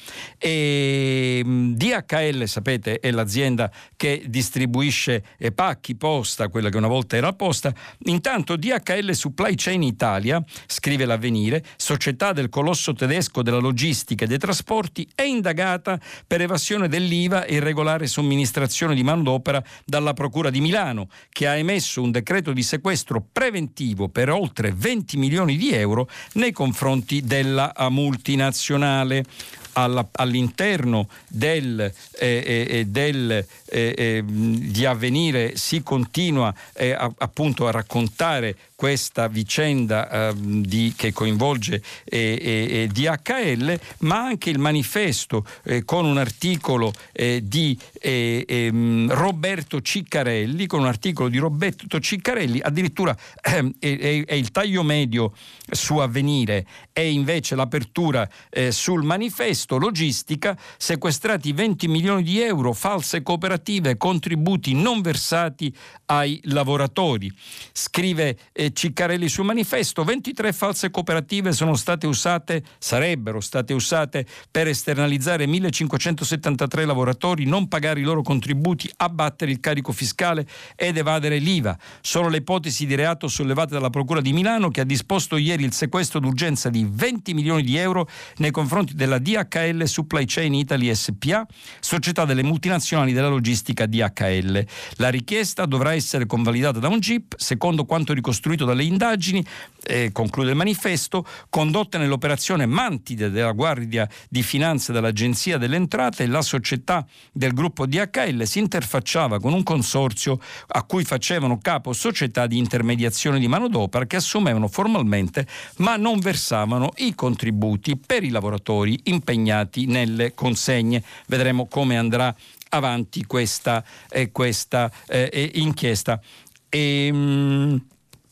E D H L, sapete, è l'azienda che distribuisce pacchi, posta, quella che una volta era posta. Intanto D H L Supply Chain Italia, scrive l'Avvenire, società del colosso tedesco della logistica e dei trasporti, è indagata per evasione dell'I V A e irregolare somministrazione di manodopera dalla Procura di Milano, che ha emesso un decreto di sequestro preventivo per oltre venti milioni di euro nei confronti della multinazionale. Alla, all'interno del, eh, eh, del eh, eh, di Avvenire si continua eh, a, appunto a raccontare questa vicenda eh, di, che coinvolge eh, eh, D H L, ma anche il manifesto eh, con un articolo eh, di eh, eh, Roberto Ciccarelli, con un articolo di Roberto Ciccarelli, addirittura eh, è, è il taglio medio su Avvenire e invece l'apertura eh, sul manifesto. Logistica, sequestrati venti milioni di euro, false cooperative, contributi non versati ai lavoratori. Scrive eh, Ciccarelli sul manifesto, ventitré false cooperative sono state usate, sarebbero state usate per esternalizzare millecinquecentosettantatré lavoratori, non pagare i loro contributi, abbattere il carico fiscale ed evadere l'I V A. Sono le ipotesi di reato sollevate dalla Procura di Milano, che ha disposto ieri il sequestro d'urgenza di venti milioni di euro nei confronti della D H L Supply Chain Italy S P A, società delle multinazionali della logistica D H L. La richiesta dovrà essere convalidata da un G I P, secondo quanto ricostruito dalle indagini, eh, conclude il manifesto, condotte nell'operazione Mantide della Guardia di Finanza dell'Agenzia delle Entrate. La società del gruppo D H L si interfacciava con un consorzio a cui facevano capo società di intermediazione di manodopera che assumevano formalmente ma non versavano i contributi per i lavoratori impegnati nelle consegne. Vedremo come andrà avanti questa, eh, questa eh, inchiesta. E, mh,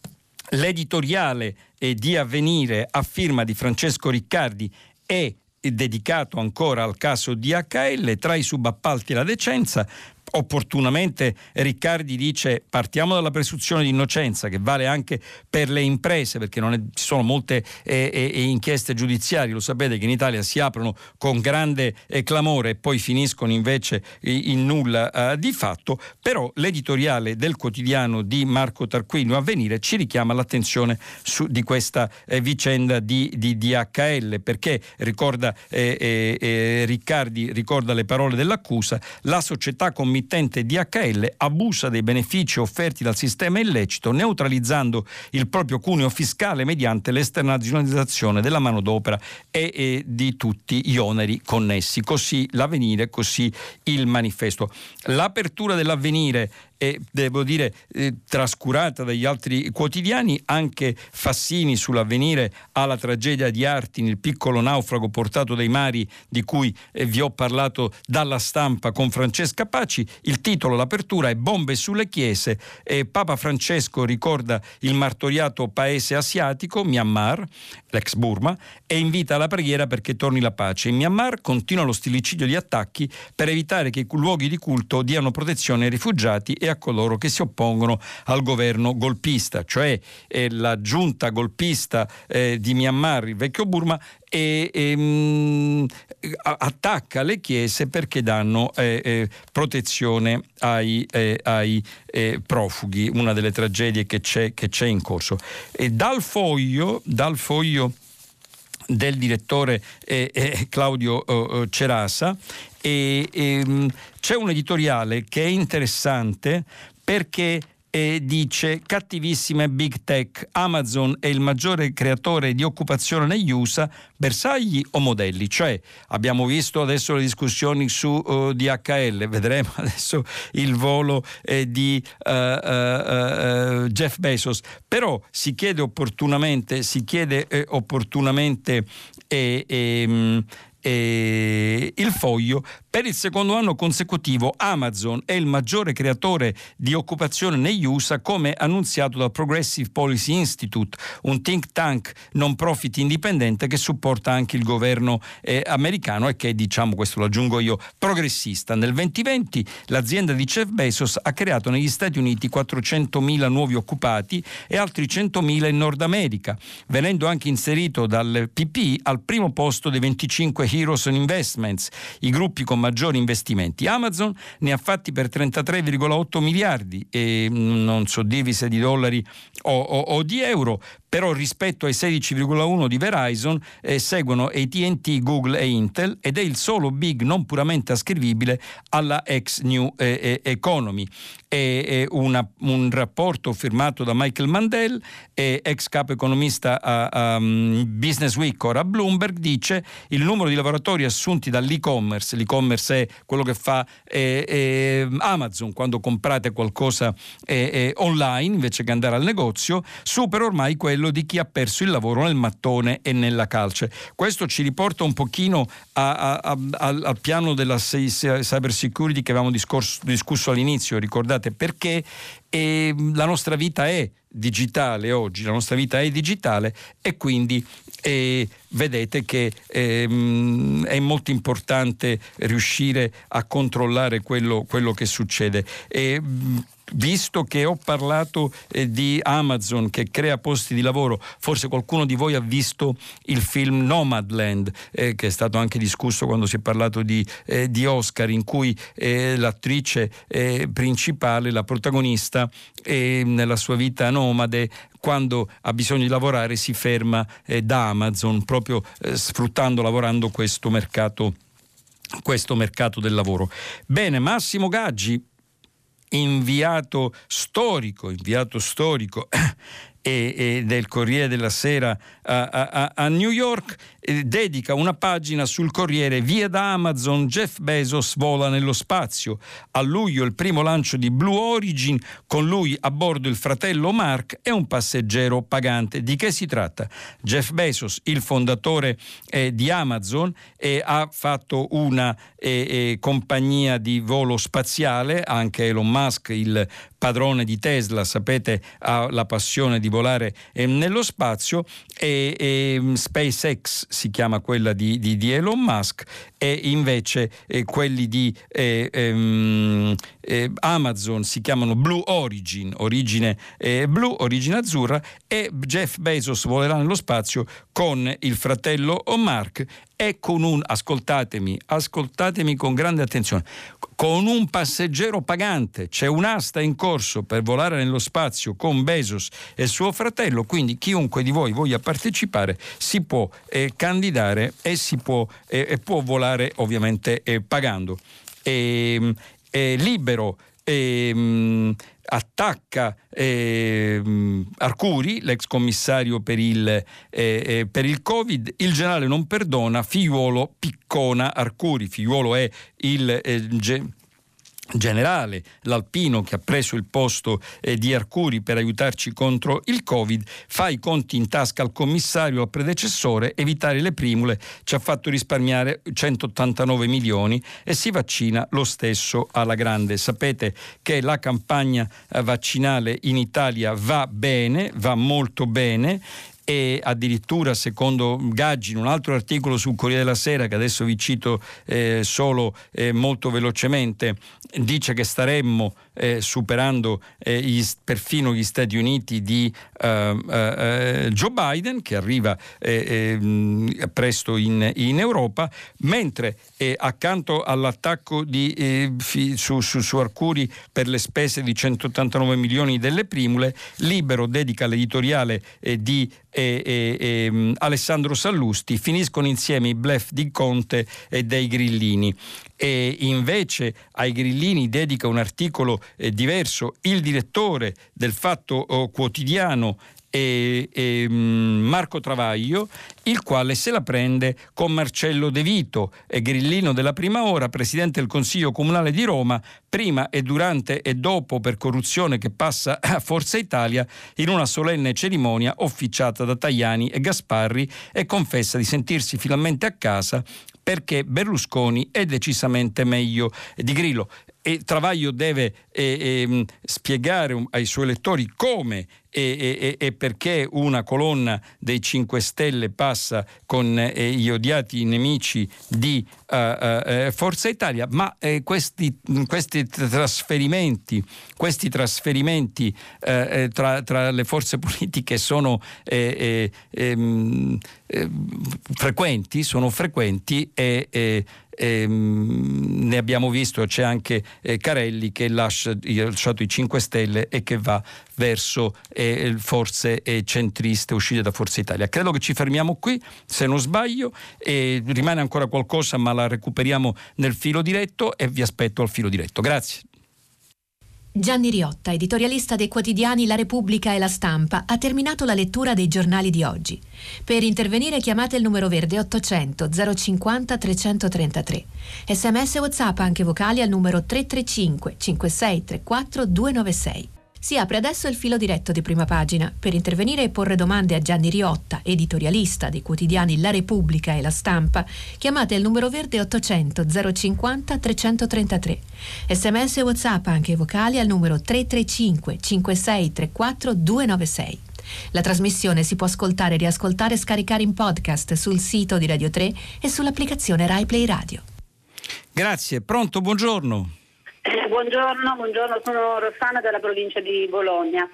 l'editoriale eh, di Avvenire a firma di Francesco Riccardi è dedicato ancora al caso D H L, tra i subappalti e la decenza. Opportunamente Riccardi dice: partiamo dalla presunzione di innocenza, che vale anche per le imprese, perché non è, ci sono molte eh, eh, inchieste giudiziarie, lo sapete che in Italia si aprono con grande eh, clamore e poi finiscono invece in nulla eh, di fatto. Però l'editoriale del quotidiano di Marco Tarquinio Avvenire ci richiama l'attenzione su di questa eh, vicenda di, di D H L, perché ricorda eh, eh, eh, Riccardi ricorda le parole dell'accusa: la società committente D H L abusa dei benefici offerti dal sistema illecito, neutralizzando il proprio cuneo fiscale mediante l'esternalizzazione della manodopera e, e di tutti gli oneri connessi. Così l'Avvenire, così il manifesto. L'apertura dell'Avvenire e devo dire eh, trascurata dagli altri quotidiani. Anche Fassini sull'Avvenire ha la tragedia di Artini, il piccolo naufrago portato dai mari di cui eh, vi ho parlato dalla Stampa con Francesca Paci. Il titolo, l'apertura, è bombe sulle chiese, e Papa Francesco ricorda il martoriato paese asiatico, Myanmar, l'ex Burma, e invita alla preghiera perché torni la pace. In Myanmar continua lo stillicidio di attacchi per evitare che i luoghi di culto diano protezione ai rifugiati e a coloro che si oppongono al governo golpista, cioè eh, la giunta golpista eh, di Myanmar, il vecchio Burma, e, e mh, attacca le chiese perché danno eh, eh, protezione ai, eh, ai eh, profughi, una delle tragedie che c'è, che c'è in corso. E dal foglio, dal foglio del direttore eh, eh, Claudio eh, Cerasa e, e, c'è un editoriale che è interessante perché eh, dice: cattivissime big tech, Amazon è il maggiore creatore di occupazione negli U S A, bersagli o modelli. Cioè abbiamo visto adesso le discussioni su uh, D H L, vedremo adesso il volo eh, di uh, uh, uh, Jeff Bezos, però si chiede opportunamente si chiede eh, opportunamente eh, eh, eh, Il Foglio. Per il secondo anno consecutivo Amazon è il maggiore creatore di occupazione negli U S A, come annunziato dal Progressive Policy Institute, un think tank non profit indipendente che supporta anche il governo eh, americano e che, diciamo, questo lo aggiungo io, progressista. Nel duemilaventi l'azienda di Jeff Bezos ha creato negli Stati Uniti quattrocentomila nuovi occupati e altri centomila in Nord America, venendo anche inserito dal P P al primo posto dei venticinque Heroes on Investments, i gruppi con maggiori investimenti. Amazon ne ha fatti per trentatré virgola otto miliardi e non so dirvi se di dollari o, o, o di euro, però rispetto ai sedici virgola uno di Verizon eh, seguono A T and T, Google e Intel, ed è il solo big non puramente ascrivibile alla ex New eh, Economy. È, è una, un rapporto firmato da Michael Mandel, eh, ex capo economista a, a Business Week, ora a Bloomberg, dice: il numero di lavoratori assunti dall'e-commerce, l'e-commerce è quello che fa eh, eh, Amazon quando comprate qualcosa eh, eh, online invece che andare al negozio, supera ormai quello di chi ha perso il lavoro nel mattone e nella calce. Questo ci riporta un pochino a, a, a, al, al piano della cyber security che avevamo discorso, discusso all'inizio, ricordate, perché eh, la nostra vita è digitale oggi, la nostra vita è digitale e quindi eh, vedete che eh, è molto importante riuscire a controllare quello, quello che succede. E, visto che ho parlato eh, di Amazon che crea posti di lavoro, forse qualcuno di voi ha visto il film Nomadland, eh, che è stato anche discusso quando si è parlato di, eh, di Oscar, in cui eh, l'attrice eh, principale, la protagonista, eh, nella sua vita nomade, quando ha bisogno di lavorare si ferma eh, da Amazon, proprio eh, sfruttando, lavorando questo mercato, questo mercato del lavoro. Bene, Massimo Gaggi, inviato storico, inviato storico e, e del Corriere della Sera a, a, a New York, eh, dedica una pagina sul Corriere: via da Amazon, Jeff Bezos vola nello spazio. A luglio il primo lancio di Blue Origin, con lui a bordo il fratello Mark e un passeggero pagante. Di che si tratta? Jeff Bezos, il fondatore eh, di Amazon, eh, ha fatto una eh, eh, compagnia di volo spaziale. Anche Elon Musk, il padrone di Tesla, sapete, ha la passione di volare eh, nello spazio, e, e SpaceX si chiama quella di, di, di Elon Musk, e invece eh, quelli di eh, ehm, eh, Amazon si chiamano Blue Origin, origine eh, blu, origine azzurra, e Jeff Bezos volerà nello spazio con il fratello Mark e con un, ascoltatemi, ascoltatemi con grande attenzione, con un passeggero pagante. C'è un'asta in corso per volare nello spazio con Bezos e suo fratello, quindi chiunque di voi voglia partecipare si può eh, candidare e si può, eh, e può volare ovviamente eh, pagando. E, è libero. E, attacca eh, Arcuri, l'ex commissario per il, eh, eh, per il Covid. Il generale non perdona, Figliuolo piccona Arcuri. Figliuolo è il eh, ge- generale, l'alpino che ha preso il posto eh, di Arcuri per aiutarci contro il Covid. Fa i conti in tasca al commissario, al predecessore. Evitare le primule ci ha fatto risparmiare centottantanove milioni e si vaccina lo stesso alla grande. Sapete che la campagna eh, vaccinale in Italia va bene, va molto bene, e addirittura, secondo Gaggi, in un altro articolo sul Corriere della Sera, che adesso vi cito eh, solo eh, molto velocemente, dice che staremmo eh, superando eh, gli, perfino gli Stati Uniti di eh, eh, Joe Biden, che arriva eh, eh, presto in, in Europa, mentre eh, accanto all'attacco di, eh, fi, su, su, su Arcuri per le spese di centottantanove milioni delle primule, Libero dedica l'editoriale eh, di E, e, e, Alessandro Sallusti: finiscono insieme i bluff di Conte e dei grillini. E invece ai grillini dedica un articolo eh, diverso il direttore del Fatto oh, Quotidiano, E, e Marco Travaglio, il quale se la prende con Marcello De Vito, grillino della prima ora, presidente del Consiglio Comunale di Roma, prima e durante e dopo per corruzione, che passa a Forza Italia in una solenne cerimonia officiata da Tajani e Gasparri, e confessa di sentirsi finalmente a casa perché Berlusconi è decisamente meglio di Grillo. E Travaglio deve eh, eh, spiegare ai suoi elettori come e, e, e perché una colonna dei cinque Stelle passa con eh, gli odiati nemici di uh, uh, Forza Italia, ma eh, questi, questi trasferimenti, questi trasferimenti eh, tra, tra le forze politiche sono eh, eh, eh, eh, frequenti, sono frequenti e eh, Eh, ne abbiamo visto, c'è anche eh, Carelli che lascia, ha lasciato i cinque Stelle e che va verso eh, forze eh, centriste uscite da Forza Italia. Credo che ci fermiamo qui, se non sbaglio, e rimane ancora qualcosa ma la recuperiamo nel filo diretto e vi aspetto al filo diretto. Grazie. Gianni Riotta, editorialista dei quotidiani La Repubblica e La Stampa, ha terminato la lettura dei giornali di oggi. Per intervenire chiamate il numero verde ottocento zero cinquanta trecentotrentatré. Sms e WhatsApp anche vocali al numero tre tre cinque cinque sei tre quattro due nove sei. Si apre adesso il filo diretto di Prima Pagina. Per intervenire e porre domande a Gianni Riotta, editorialista dei quotidiani La Repubblica e La Stampa, chiamate il numero verde ottocento zero cinquanta trecentotrentatré. Sms e WhatsApp anche vocali al numero tre tre cinque cinque sei tre quattro due nove sei. La trasmissione si può ascoltare, riascoltare e scaricare in podcast sul sito di Radio tre e sull'applicazione Rai Play Radio. Grazie. Pronto, buongiorno. Eh, buongiorno, buongiorno, sono Rossana della provincia di Bologna.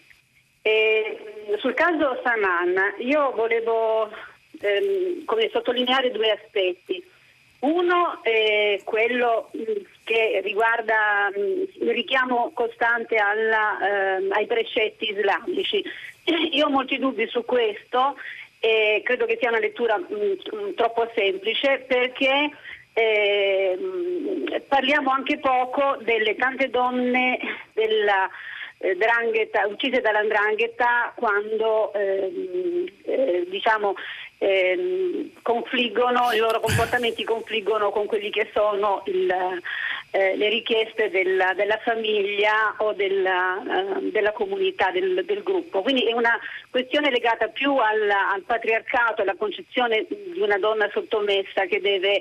E, sul caso Saman io volevo ehm, come sottolineare due aspetti. Uno è quello mh, che riguarda mh, il richiamo costante alla, ehm, ai precetti islamici. Io ho molti dubbi su questo e credo che sia una lettura mh, troppo semplice, perché Eh, parliamo anche poco delle tante donne della eh, 'ndrangheta, uccise dalla 'ndrangheta quando eh, eh, diciamo eh, confliggono, i loro comportamenti confliggono con quelli che sono il, eh, le richieste della, della famiglia o della, uh, della comunità, del, del gruppo. Quindi è una questione legata più al, al patriarcato, alla concezione di una donna sottomessa che deve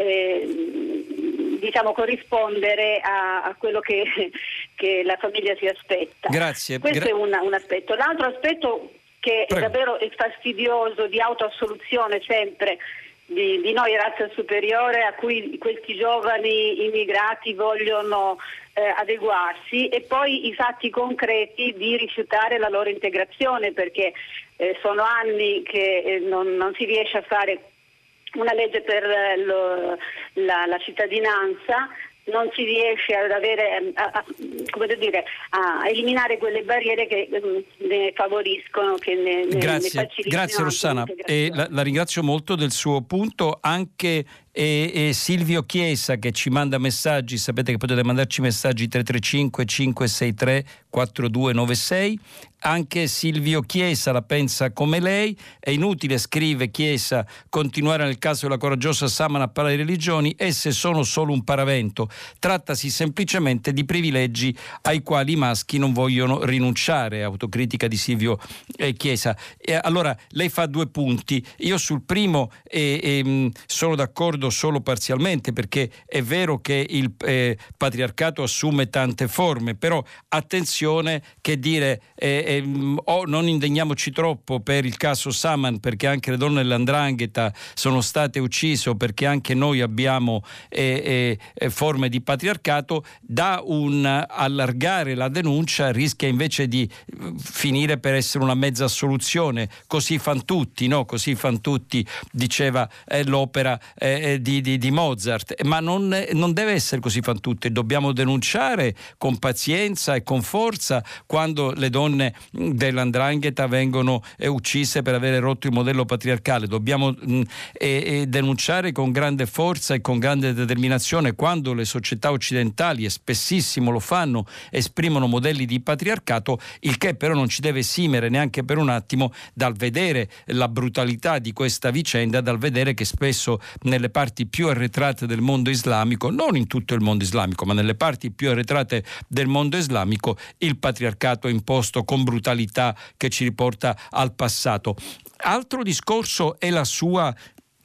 eh, diciamo corrispondere a, a quello che, che la famiglia si aspetta. Grazie. Questo Gra- è un, un aspetto. L'altro aspetto che Prego. è davvero è fastidioso, di autoassoluzione sempre di, di noi razza superiore, a cui questi giovani immigrati vogliono eh, adeguarsi, e poi i fatti concreti di rifiutare la loro integrazione, perché eh, sono anni che eh, non, non si riesce a fare una legge per eh, lo, la, la cittadinanza, non si riesce ad avere, a, a, come devo dire, a eliminare quelle barriere che um, ne favoriscono, che ne, ne, grazie, ne facilitano. Grazie Rossana, e la, la ringrazio molto del suo punto. Anche e, e Silvio Chiesa che ci manda messaggi, sapete che potete mandarci messaggi tre tre cinque cinque sei tre quattro due nove sei. Anche Silvio Chiesa la pensa come lei. È inutile, scrive Chiesa, continuare nel caso della coraggiosa Saman a parlare di religioni, esse sono solo un paravento, trattasi semplicemente di privilegi ai quali i maschi non vogliono rinunciare. Autocritica di Silvio eh, Chiesa. E allora lei fa due punti. Io sul primo eh, eh, sono d'accordo solo parzialmente, perché è vero che il eh, patriarcato assume tante forme, però attenzione che dire eh, eh, oh, non indegniamoci troppo per il caso Saman, perché anche le donne dell''ndrangheta sono state uccise, o perché anche noi abbiamo eh, eh, forme di patriarcato. Da un allargare la denuncia rischia invece di finire per essere una mezza soluzione. Così fan tutti, no? Così fan tutti, diceva eh, l'opera eh, Di, di, di Mozart, ma non, non deve essere così fan tutte. Dobbiamo denunciare con pazienza e con forza quando le donne dell''ndrangheta vengono eh, uccise per avere rotto il modello patriarcale. Dobbiamo mh, eh, denunciare con grande forza e con grande determinazione quando le società occidentali, e spessissimo lo fanno, esprimono modelli di patriarcato, il che però non ci deve esimere neanche per un attimo dal vedere la brutalità di questa vicenda, dal vedere che spesso nelle parti più arretrate del mondo islamico, non in tutto il mondo islamico, ma nelle parti più arretrate del mondo islamico, il patriarcato è imposto con brutalità che ci riporta al passato. Altro discorso è la sua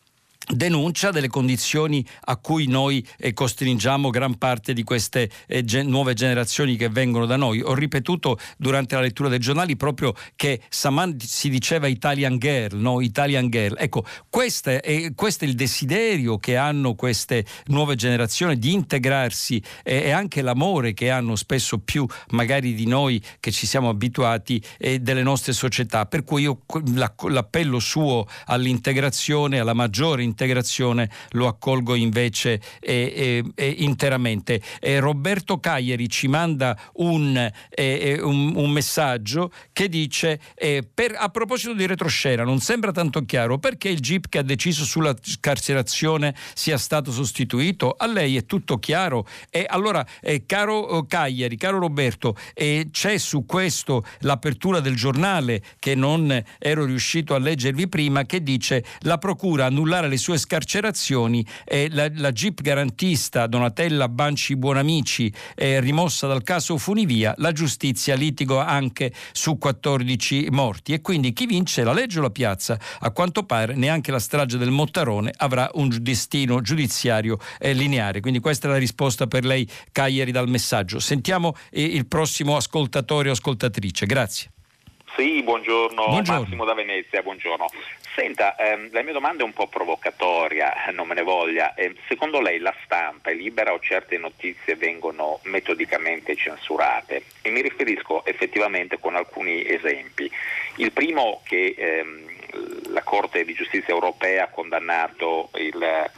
denuncia delle condizioni a cui noi eh, costringiamo gran parte di queste eh, gen- nuove generazioni che vengono da noi. Ho ripetuto durante la lettura dei giornali proprio che Saman si diceva Italian girl, no? Italian girl. Ecco, questo è, questo è il desiderio che hanno queste nuove generazioni di integrarsi eh, e anche l'amore che hanno spesso più magari di noi che ci siamo abituati eh, delle nostre società. Per cui io la, l'appello suo all'integrazione, alla maggiore integrazione lo accolgo invece eh, eh, interamente. Eh, Roberto Cagliari ci manda un, eh, un, un messaggio che dice eh, per, a proposito di retroscena non sembra tanto chiaro perché il G I P che ha deciso sulla carcerazione sia stato sostituito. A lei è tutto chiaro? E allora eh, caro Cagliari, caro Roberto, eh, c'è su questo l'apertura del giornale che non ero riuscito a leggervi prima, che dice: la procura annullare le sue scarcerazioni, eh, la, la G I P garantista Donatella Banci Buonamici eh, rimossa dal caso Funivia, la giustizia litiga anche su quattordici morti. E quindi chi vince la legge o la piazza? A quanto pare neanche la strage del Mottarone avrà un destino giudiziario eh, lineare. Quindi questa è la risposta per lei, Cagliari, dal messaggio. Sentiamo eh, il prossimo ascoltatore o ascoltatrice. Grazie. Sì, buongiorno, buongiorno. Massimo da Venezia, buongiorno. Senta, ehm, la mia domanda è un po' provocatoria, non me ne voglia. Eh, secondo lei la stampa è libera o certe notizie vengono metodicamente censurate? E mi riferisco effettivamente con alcuni esempi. Il primo, che ehm, la Corte di Giustizia europea ha condannato il...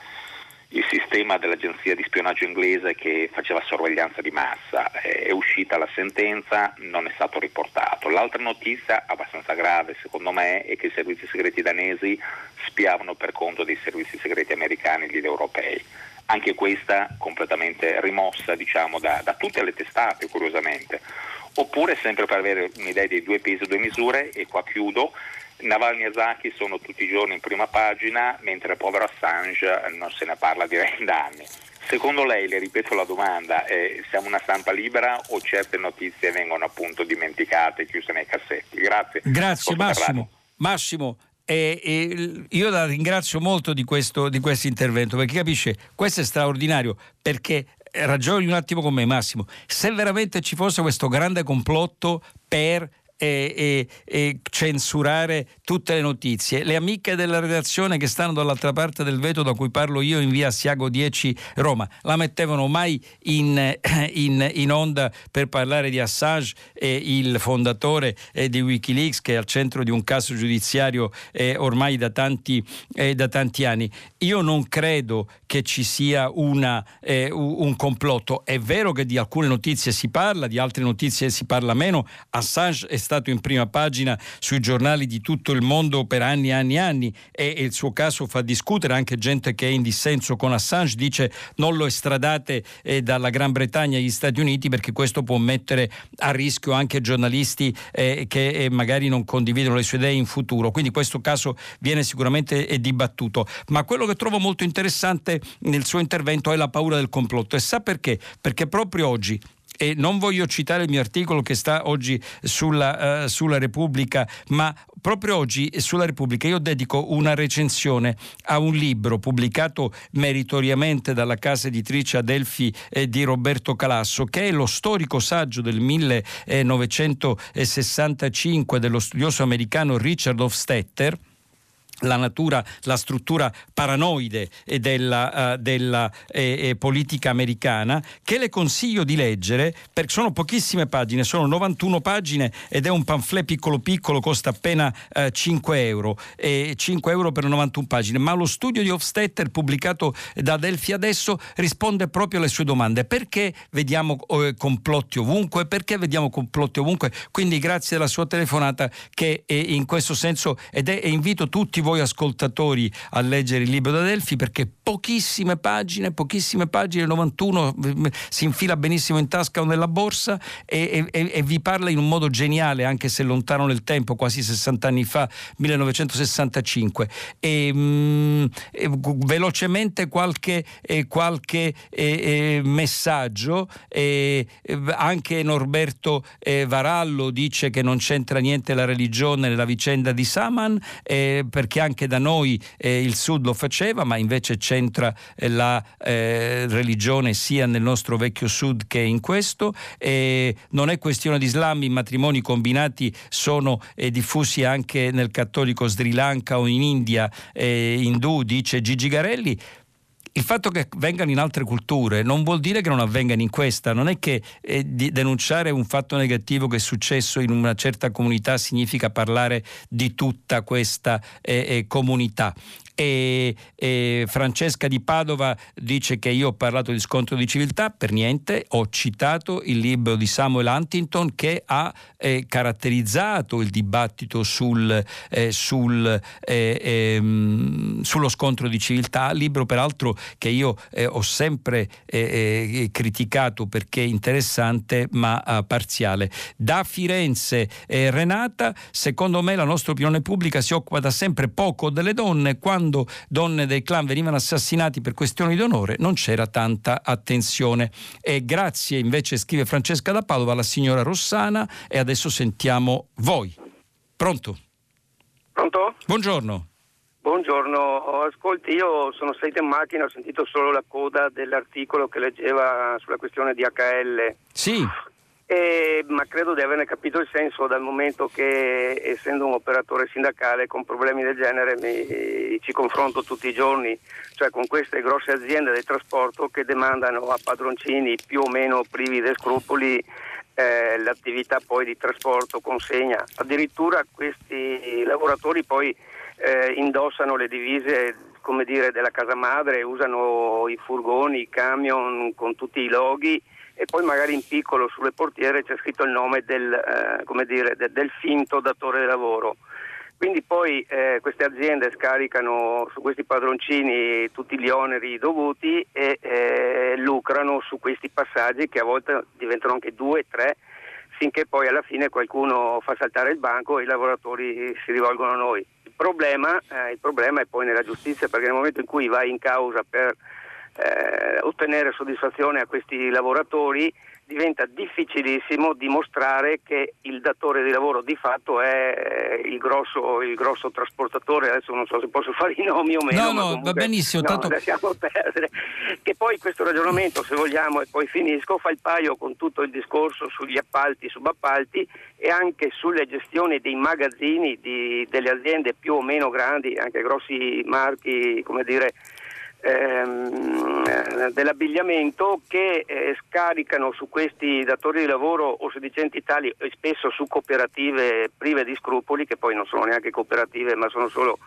il sistema dell'agenzia di spionaggio inglese che faceva sorveglianza di massa. È uscita la sentenza, non è stato riportato. L'altra notizia, abbastanza grave secondo me, è che i servizi segreti danesi spiavano per conto dei servizi segreti americani ed europei. Anche questa completamente rimossa, diciamo, da, da tutte le testate, curiosamente. Oppure, sempre per avere un'idea dei due pesi e due misure, e qua chiudo, Navalny e Zaki sono tutti i giorni in prima pagina, mentre il povero Assange non se ne parla direi da anni. Secondo lei, le ripeto la domanda, eh, siamo una stampa libera o certe notizie vengono appunto dimenticate, chiuse nei cassetti? Grazie. Grazie Massimo. Massimo, eh, eh, io la ringrazio molto di questo di questo intervento, perché capisce, questo è straordinario, perché ragioni un attimo con me, Massimo, se veramente ci fosse questo grande complotto per E, e, e censurare tutte le notizie, le amiche della redazione che stanno dall'altra parte del vetro da cui parlo io in via Asiago dieci Roma la mettevano mai in, in, in onda per parlare di Assange, e il fondatore eh, di Wikileaks, che è al centro di un caso giudiziario eh, ormai da tanti, eh, da tanti anni. Io non credo che ci sia una, eh, un complotto. È vero che di alcune notizie si parla, di altre notizie si parla meno. Assange è stato in prima pagina sui giornali di tutto il mondo per anni e anni e anni, e il suo caso fa discutere. Anche gente che è in dissenso con Assange dice non lo estradate eh, dalla Gran Bretagna agli Stati Uniti, perché questo può mettere a rischio anche giornalisti eh, che eh, magari non condividono le sue idee in futuro. Quindi questo caso viene sicuramente eh, dibattuto. Ma quello che trovo molto interessante nel suo intervento è la paura del complotto. E sa perché? Perché proprio oggi, e non voglio citare il mio articolo che sta oggi sulla, uh, sulla Repubblica, ma proprio oggi sulla Repubblica io dedico una recensione a un libro pubblicato meritoriamente dalla casa editrice Adelphi eh, di Roberto Calasso, che è lo storico saggio del millenovecentosessantacinque dello studioso americano Richard Hofstadter, la natura, la struttura paranoide della, uh, della eh, eh, politica americana, che le consiglio di leggere, perché sono pochissime pagine, sono novantuno pagine ed è un pamphlet piccolo piccolo, costa appena uh, cinque euro, e cinque euro per novantuno pagine, ma lo studio di Hofstadter pubblicato da Adelphi adesso risponde proprio alle sue domande. Perché vediamo eh, complotti ovunque? Perché vediamo complotti ovunque? Quindi grazie alla sua telefonata, che è in questo senso, ed è, e invito tutti voi ascoltatori a leggere il libro da Adelphi, perché pochissime pagine, pochissime pagine, novantuno, si infila benissimo in tasca o nella borsa, e, e, e vi parla in un modo geniale, anche se lontano nel tempo, quasi sessanta anni fa, millenovecentosessantacinque. E, mh, e velocemente qualche, eh, qualche eh, eh, messaggio. Eh, anche Norberto eh, Varallo dice che non c'entra niente la religione nella vicenda di Saman, eh, perché perché anche da noi eh, il Sud lo faceva, ma invece c'entra eh, la eh, religione sia nel nostro vecchio Sud che in questo. E non è questione di Islam, i matrimoni combinati sono eh, diffusi anche nel cattolico Sri Lanka o in India eh, indù, dice Gigi Garelli. Il fatto che vengano in altre culture non vuol dire che non avvengano in questa. Non è che eh, di denunciare un fatto negativo che è successo in una certa comunità significa parlare di tutta questa eh, eh, comunità. E, e Francesca di Padova dice che io ho parlato di scontro di civiltà. Per niente, ho citato il libro di Samuel Huntington che ha eh, caratterizzato il dibattito sul, eh, sul, eh, ehm, sullo scontro di civiltà, libro peraltro che io eh, ho sempre eh, eh, criticato perché interessante ma eh, parziale. Da Firenze eh, Renata, secondo me la nostra opinione pubblica si occupa da sempre poco delle donne. Quando Quando donne del clan venivano assassinati per questioni di onore non c'era tanta attenzione. E grazie invece, scrive Francesca da Padova, alla signora Rossana. E adesso sentiamo voi. Pronto? Pronto? Buongiorno. Buongiorno, ascolti, io sono stato in macchina, ho sentito solo la coda dell'articolo che leggeva sulla questione D H L. Sì. E, ma credo di averne capito il senso, dal momento che, essendo un operatore sindacale con problemi del genere, mi, ci confronto tutti i giorni, cioè con queste grosse aziende del trasporto che demandano a padroncini più o meno privi di scrupoli eh, l'attività poi di trasporto, consegna. Addirittura questi lavoratori poi eh, indossano le divise, come dire, della casa madre, usano i furgoni, i camion con tutti i loghi, e poi magari in piccolo sulle portiere c'è scritto il nome del, eh, come dire, de, del finto datore di lavoro. Quindi poi eh, queste aziende scaricano su questi padroncini tutti gli oneri dovuti e eh, lucrano su questi passaggi che a volte diventano anche due, tre, finché poi alla fine qualcuno fa saltare il banco e i lavoratori si rivolgono a noi. Il problema, eh, il problema è poi nella giustizia, perché nel momento in cui vai in causa per Eh, ottenere soddisfazione a questi lavoratori diventa difficilissimo dimostrare che il datore di lavoro di fatto è il grosso, il grosso trasportatore. Adesso non so se posso fare i nomi o meno. No, ma no, comunque, va benissimo. no, Tanto... lasciamo perdere. Che poi questo ragionamento, se vogliamo, e poi finisco, fa il paio con tutto il discorso sugli appalti, subappalti e anche sulle gestioni dei magazzini di, delle aziende più o meno grandi, anche grossi marchi, come dire, dell'abbigliamento, che eh, scaricano su questi datori di lavoro o sedicenti tali e spesso su cooperative prive di scrupoli, che poi non sono neanche cooperative ma sono solo,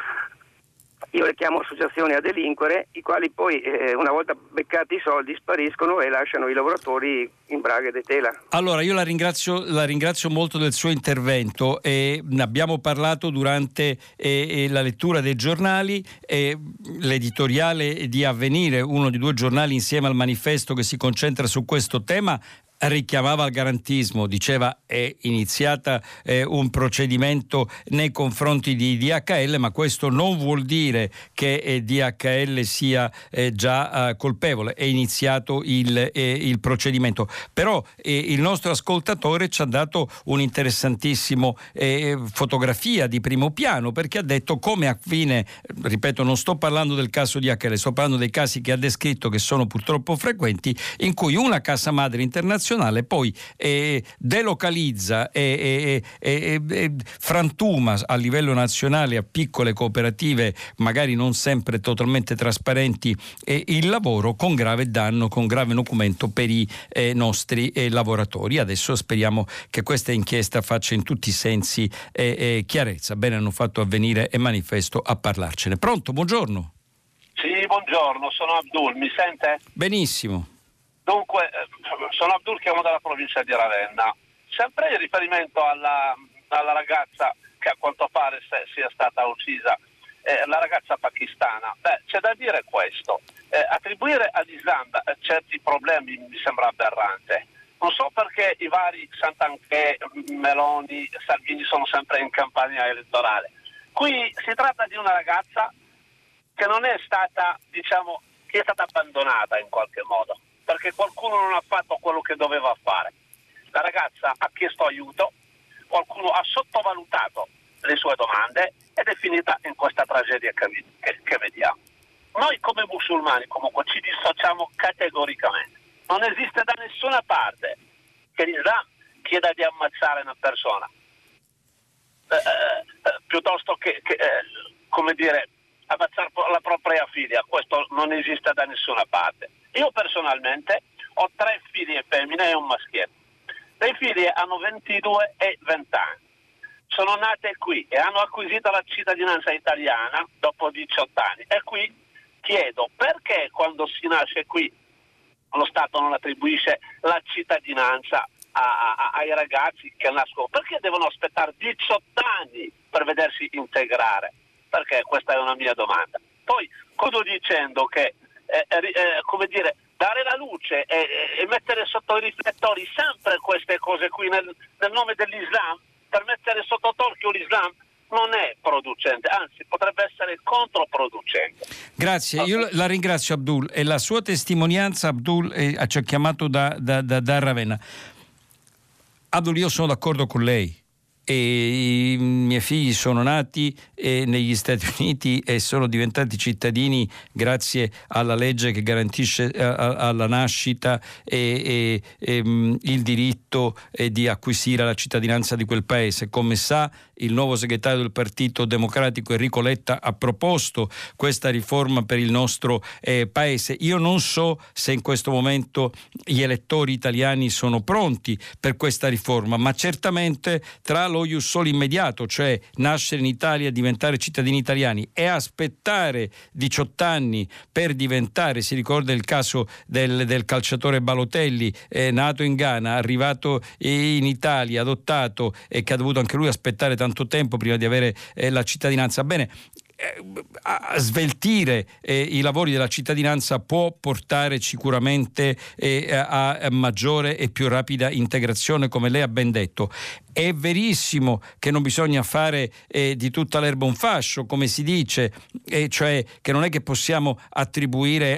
io le chiamo associazioni a delinquere, i quali poi eh, una volta beccati i soldi spariscono e lasciano i lavoratori in braghe di tela. Allora io la ringrazio, la ringrazio molto del suo intervento. E ne abbiamo parlato durante eh, la lettura dei giornali. Eh, l'editoriale di Avvenire, uno di due giornali insieme al Manifesto che si concentra su questo tema, richiamava al garantismo, diceva è iniziata eh, un procedimento nei confronti di D H L, ma questo non vuol dire che eh, D H L sia eh, già eh, colpevole, è iniziato il, eh, il procedimento. Però eh, il nostro ascoltatore ci ha dato un'interessantissima eh, fotografia di primo piano, perché ha detto come avviene, ripeto, non sto parlando del caso D H L, sto parlando dei casi che ha descritto, che sono purtroppo frequenti, in cui una casa madre internazionale poi eh, delocalizza e, e, e, e frantuma a livello nazionale a piccole cooperative, magari non sempre totalmente trasparenti, eh, il lavoro, con grave danno, con grave nocumento per i eh, nostri eh, lavoratori. Adesso speriamo che questa inchiesta faccia in tutti i sensi eh, eh, chiarezza. Bene hanno fatto Avvenire e Manifesto a parlarcene. Pronto, buongiorno. Sì, buongiorno, sono Abdul, mi sente? Benissimo. Dunque, sono Abdul, chiamo dalla provincia di Ravenna. Sempre in riferimento alla, alla ragazza che a quanto pare se, sia stata uccisa, eh, la ragazza pakistana, beh, c'è da dire questo. Eh, attribuire all'Islam eh, certi problemi mi sembra aberrante. Non so perché i vari Santanchè, Meloni, Salvini sono sempre in campagna elettorale. Qui si tratta di una ragazza che non è stata, diciamo, che è stata abbandonata in qualche modo, perché qualcuno non ha fatto quello che doveva fare. La ragazza ha chiesto aiuto, qualcuno ha sottovalutato le sue domande ed è finita in questa tragedia che, che, che vediamo. Noi come musulmani comunque ci dissociamo categoricamente. Non esiste da nessuna parte che l'Islam chieda di ammazzare una persona eh, eh, piuttosto che, che eh, come dire, ammazzare la propria figlia. Questo non esiste da nessuna parte. Io personalmente ho tre figlie femmine e un maschietto. Le figlie hanno ventidue e venti anni. Sono nate qui e hanno acquisito la cittadinanza italiana dopo diciotto anni. E qui chiedo perché quando si nasce qui lo Stato non attribuisce la cittadinanza a, a, ai ragazzi che nascono? Perché devono aspettare diciotto anni per vedersi integrare? Perché questa è una mia domanda. Poi chiudo dicendo che eh, eh, come dire, dare la luce e, e mettere sotto i riflettori sempre queste cose qui nel, nel nome dell'Islam, per mettere sotto torchio l'Islam, non è producente, anzi potrebbe essere controproducente. Grazie, io la ringrazio Abdul e la sua testimonianza. Abdul eh, ci ha chiamato da, da, da, da Ravenna. Abdul, io sono d'accordo con lei. E i miei figli sono nati eh, negli Stati Uniti e sono diventati cittadini grazie alla legge che garantisce eh, alla nascita e, e, e mh, il diritto eh, di acquisire la cittadinanza di quel paese. Come sa, il nuovo segretario del Partito Democratico Enrico Letta ha proposto questa riforma per il nostro eh, paese. Io non so se in questo momento gli elettori italiani sono pronti per questa riforma, ma certamente tra lo ius soli immediato, cioè nascere in Italia e diventare cittadini italiani, e aspettare diciotto anni per diventare, si ricorda il caso del, del calciatore Balotelli, eh, nato in Ghana, arrivato in Italia, adottato e che ha dovuto anche lui aspettare tanto tempo prima di avere eh, la cittadinanza. Bene, a sveltire eh, i lavori della cittadinanza può portare sicuramente eh, a, a maggiore e più rapida integrazione, come lei ha ben detto. È verissimo che non bisogna fare eh, di tutta l'erba un fascio, come si dice, eh, cioè che non è che possiamo attribuire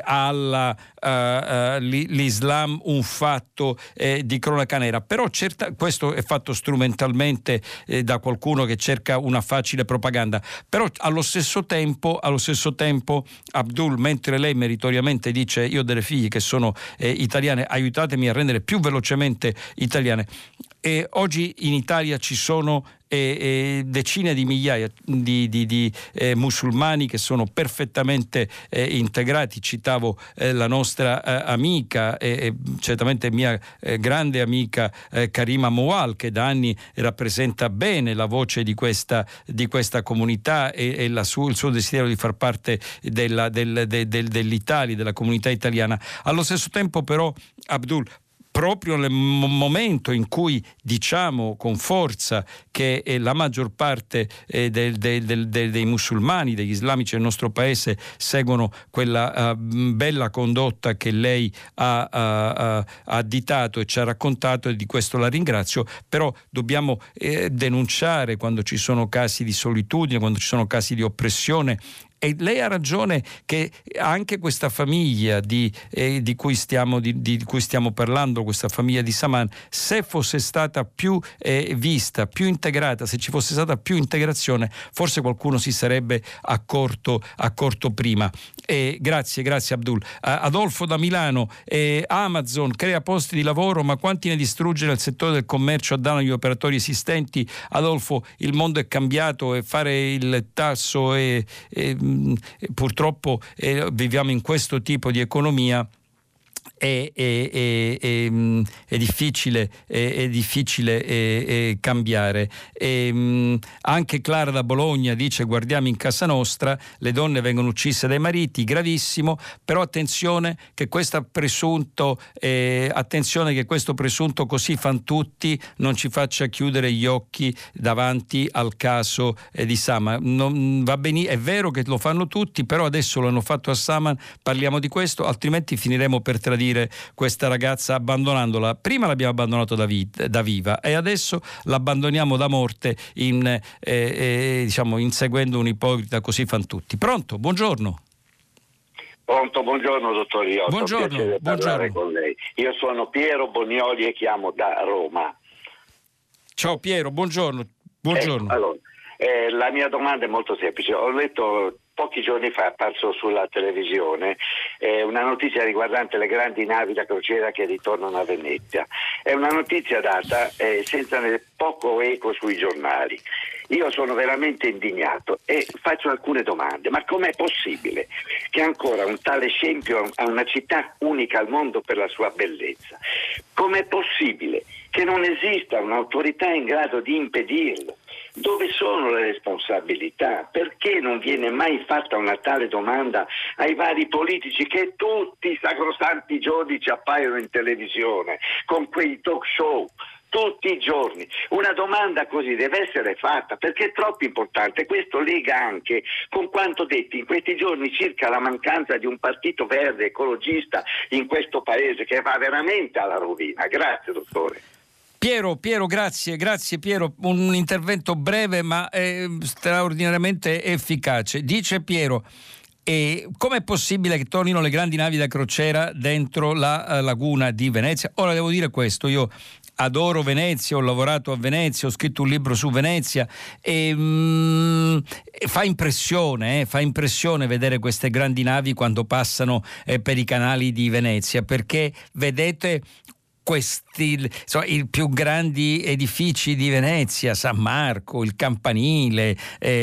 all'Islam uh, uh, un fatto eh, di cronaca nera, però certa, questo è fatto strumentalmente eh, da qualcuno che cerca una facile propaganda. Però allo stesso tempo, allo stesso tempo Abdul, mentre lei meritoriamente dice io ho delle figlie che sono eh, italiane, aiutatemi a rendere più velocemente italiane. E oggi in Italia ci sono eh, eh, decine di migliaia di, di, di eh, musulmani che sono perfettamente eh, integrati. Citavo eh, la nostra eh, amica e eh, certamente mia eh, grande amica eh, Karima Moual, che da anni rappresenta bene la voce di questa, di questa comunità e, e la su, il suo desiderio di far parte della, del, de, del, dell'Italia, della comunità italiana. Allo stesso tempo però, Abdul, proprio nel momento in cui diciamo con forza che eh, la maggior parte eh, del, del, del, del, dei musulmani, degli islamici del nostro paese seguono quella uh, bella condotta che lei ha uh, uh, additato e ci ha raccontato, e di questo la ringrazio, però dobbiamo eh, denunciare quando ci sono casi di solitudine, quando ci sono casi di oppressione. E lei ha ragione che anche questa famiglia di, eh, di, cui stiamo, di, di cui stiamo parlando, questa famiglia di Saman, se fosse stata più eh, vista, più integrata, se ci fosse stata più integrazione, forse qualcuno si sarebbe accorto, accorto prima. Eh, grazie, grazie Abdul. Uh, Adolfo da Milano, eh, Amazon crea posti di lavoro, ma quanti ne distrugge nel settore del commercio a danno degli operatori esistenti? Adolfo, il mondo è cambiato e fare il tasso è... è purtroppo eh, viviamo in questo tipo di economia. È, è, è, è, è difficile, è, è difficile è, è cambiare. E, anche Clara da Bologna dice: guardiamo in casa nostra, le donne vengono uccise dai mariti, gravissimo, però attenzione che questo presunto eh, attenzione che questo presunto così fan tutti non ci faccia chiudere gli occhi davanti al caso eh, di Saman. Non, va bene, è vero che lo fanno tutti, però adesso l'hanno fatto a Saman, parliamo di questo, altrimenti finiremo per tradire questa ragazza abbandonandola. Prima l'abbiamo abbandonato da, vita, da viva e adesso l'abbandoniamo da morte in, eh, eh, diciamo, inseguendo un ipocrita così fan tutti. Pronto? Buongiorno. Pronto, buongiorno dottor Iotto. Buongiorno, piacere parlare buongiorno. con lei. Io sono Piero Bonioli e chiamo da Roma. Ciao Piero, buongiorno. Buongiorno. Ecco, allora, Eh, la mia domanda è molto semplice. Ho letto pochi giorni fa, è apparso sulla televisione, eh, una notizia riguardante le grandi navi da crociera che ritornano a Venezia. È una notizia data eh, senza poco eco sui giornali. Io sono veramente indignato e faccio alcune domande. Ma com'è possibile che ancora un tale scempio a una città unica al mondo per la sua bellezza? Com'è possibile che non esista un'autorità in grado di impedirlo? Dove sono le responsabilità? Perché non viene mai fatta una tale domanda ai vari politici che tutti i sacrosanti giorni ci appaiono in televisione con quei talk show? Tutti i giorni. Una domanda così deve essere fatta perché è troppo importante. Questo lega anche con quanto detto in questi giorni circa la mancanza di un partito verde ecologista in questo paese che va veramente alla rovina. Grazie dottore. Piero, Piero, grazie, grazie Piero, un intervento breve ma eh, straordinariamente efficace. Dice Piero, e com'è possibile che tornino le grandi navi da crociera dentro la uh, laguna di Venezia? Ora devo dire questo, io adoro Venezia, ho lavorato a Venezia, ho scritto un libro su Venezia e mm, fa impressione, eh, fa impressione vedere queste grandi navi quando passano eh, per i canali di Venezia, perché vedete questi insomma, i più grandi edifici di Venezia, San Marco, il Campanile,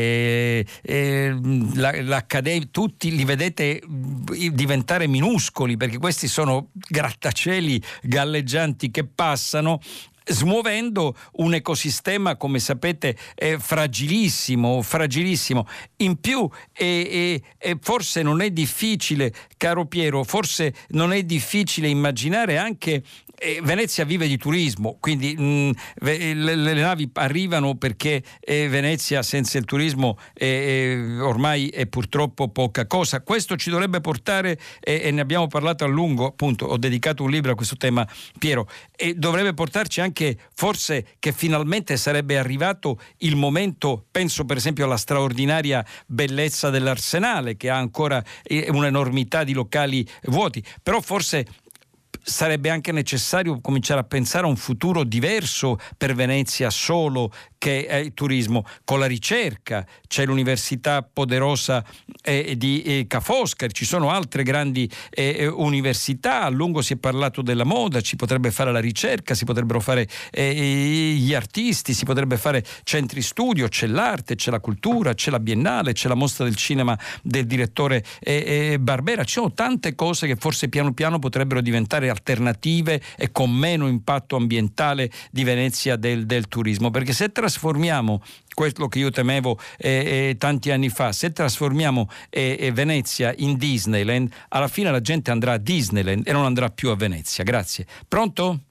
eh, eh, la, l'Accademia, tutti li vedete diventare minuscoli perché questi sono grattacieli galleggianti che passano, smuovendo un ecosistema, come sapete, eh, fragilissimo, fragilissimo. In più, eh, eh, forse non è difficile, caro Piero, forse non è difficile immaginare anche Eh, Venezia vive di turismo, quindi mh, le, le navi arrivano perché eh, Venezia senza il turismo eh, eh, ormai è purtroppo poca cosa. Questo ci dovrebbe portare, eh, e ne abbiamo parlato a lungo, appunto ho dedicato un libro a questo tema, Piero, e dovrebbe portarci anche forse che finalmente sarebbe arrivato il momento, penso per esempio alla straordinaria bellezza dell'Arsenale che ha ancora eh, un'enormità di locali vuoti, però forse sarebbe anche necessario cominciare a pensare a un futuro diverso per Venezia solo che è il turismo, con la ricerca. C'è l'Università Poderosa eh, di eh, Ca' Foscari, ci sono altre grandi eh, università, a lungo si è parlato della moda, ci potrebbe fare la ricerca, si potrebbero fare eh, gli artisti, si potrebbe fare centri studio, c'è l'arte, c'è la cultura, c'è la Biennale, c'è la mostra del cinema del direttore eh, eh, Barbera, ci sono tante cose che forse piano piano potrebbero diventare alternative e con meno impatto ambientale di Venezia del, del turismo, perché se trasformiamo quello che io temevo eh, eh, tanti anni fa, se trasformiamo eh, eh, Venezia in Disneyland, alla fine la gente andrà a Disneyland e non andrà più a Venezia. Grazie. Pronto?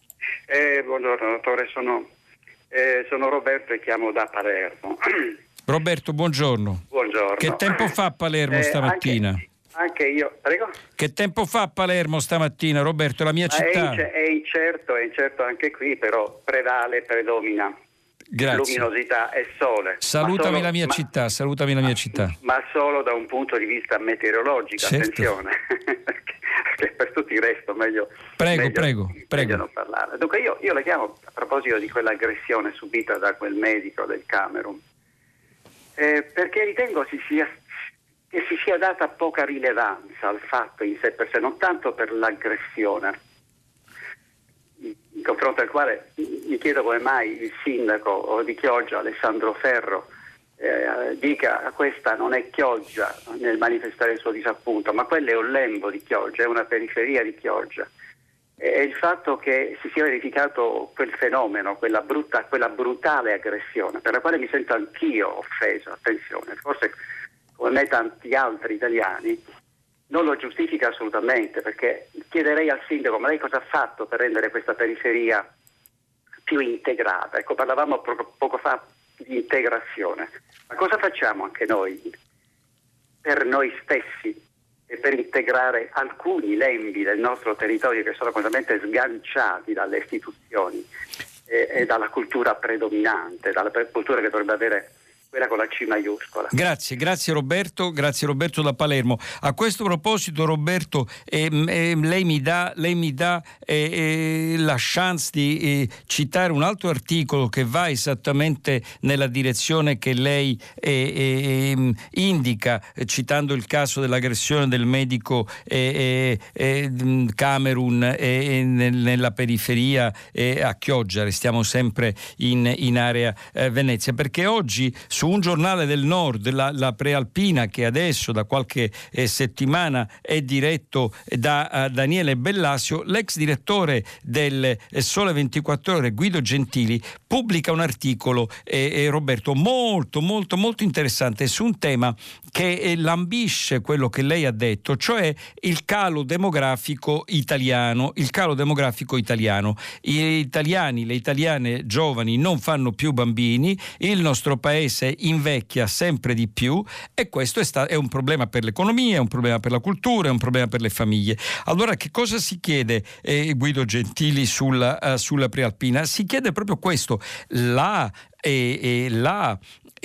Eh, buongiorno dottore, sono, eh, sono Roberto e chiamo da Palermo. Roberto, buongiorno. Buongiorno. Che tempo fa a Palermo eh, stamattina? Anche... Anche io, prego? Che tempo fa a Palermo stamattina, Roberto? È la mia Ma città. È, incer- è incerto, è incerto anche qui, però prevale, predomina. Grazie. Luminosità e sole. Salutami solo, la mia ma, città, salutami la mia città. Ma solo da un punto di vista meteorologico, certo. Attenzione, perché per tutto il resto meglio, prego, meglio, prego, meglio prego. non parlare. Dunque io, io le chiamo a proposito di quell'aggressione subita da quel medico del Camerun, eh, perché ritengo si sia che si sia data poca rilevanza al fatto in sé per sé, non tanto per l'aggressione, in confronto al quale mi chiedo come mai il sindaco di Chioggia, Alessandro Ferro, eh, dica questa non è Chioggia nel manifestare il suo disappunto, ma quello è un lembo di Chioggia, è una periferia di Chioggia. E il fatto che si sia verificato quel fenomeno, quella, brutta, quella brutale aggressione, per la quale mi sento anch'io offeso, attenzione, forse come me tanti altri italiani, non lo giustifica assolutamente, perché chiederei al sindaco, ma lei cosa ha fatto per rendere questa periferia più integrata? Ecco, parlavamo poco, poco fa di integrazione, ma cosa facciamo anche noi per noi stessi e per integrare alcuni lembi del nostro territorio che sono completamente sganciati dalle istituzioni e, e dalla cultura predominante, dalla cultura che dovrebbe avere quella con la C maiuscola. Grazie, grazie Roberto, grazie Roberto da Palermo. A questo proposito Roberto, eh, eh, lei mi dà, lei mi dà eh, eh, la chance di eh, citare un altro articolo che va esattamente nella direzione che lei eh, eh, indica, eh, citando il caso dell'aggressione del medico eh, eh, eh, Camerun eh, nel, nella periferia eh, a Chioggia, restiamo sempre in, in area eh, Venezia, perché oggi su un giornale del Nord, la, la Prealpina, che adesso da qualche eh, settimana è diretto da uh, Daniele Bellasio, l'ex direttore del eh, Sole ventiquattro Ore Guido Gentili pubblica un articolo, eh, eh, Roberto, molto molto molto interessante su un tema che eh, lambisce quello che lei ha detto, cioè il calo demografico italiano. Il calo demografico italiano. Gli italiani, le italiane giovani non fanno più bambini, il nostro paese invecchia sempre di più e questo è, sta- è un problema per l'economia, è un problema per la cultura, è un problema per le famiglie. Allora che cosa si chiede eh, Guido Gentili sulla, uh, sulla Prealpina? Si chiede proprio questo, la, eh, eh, la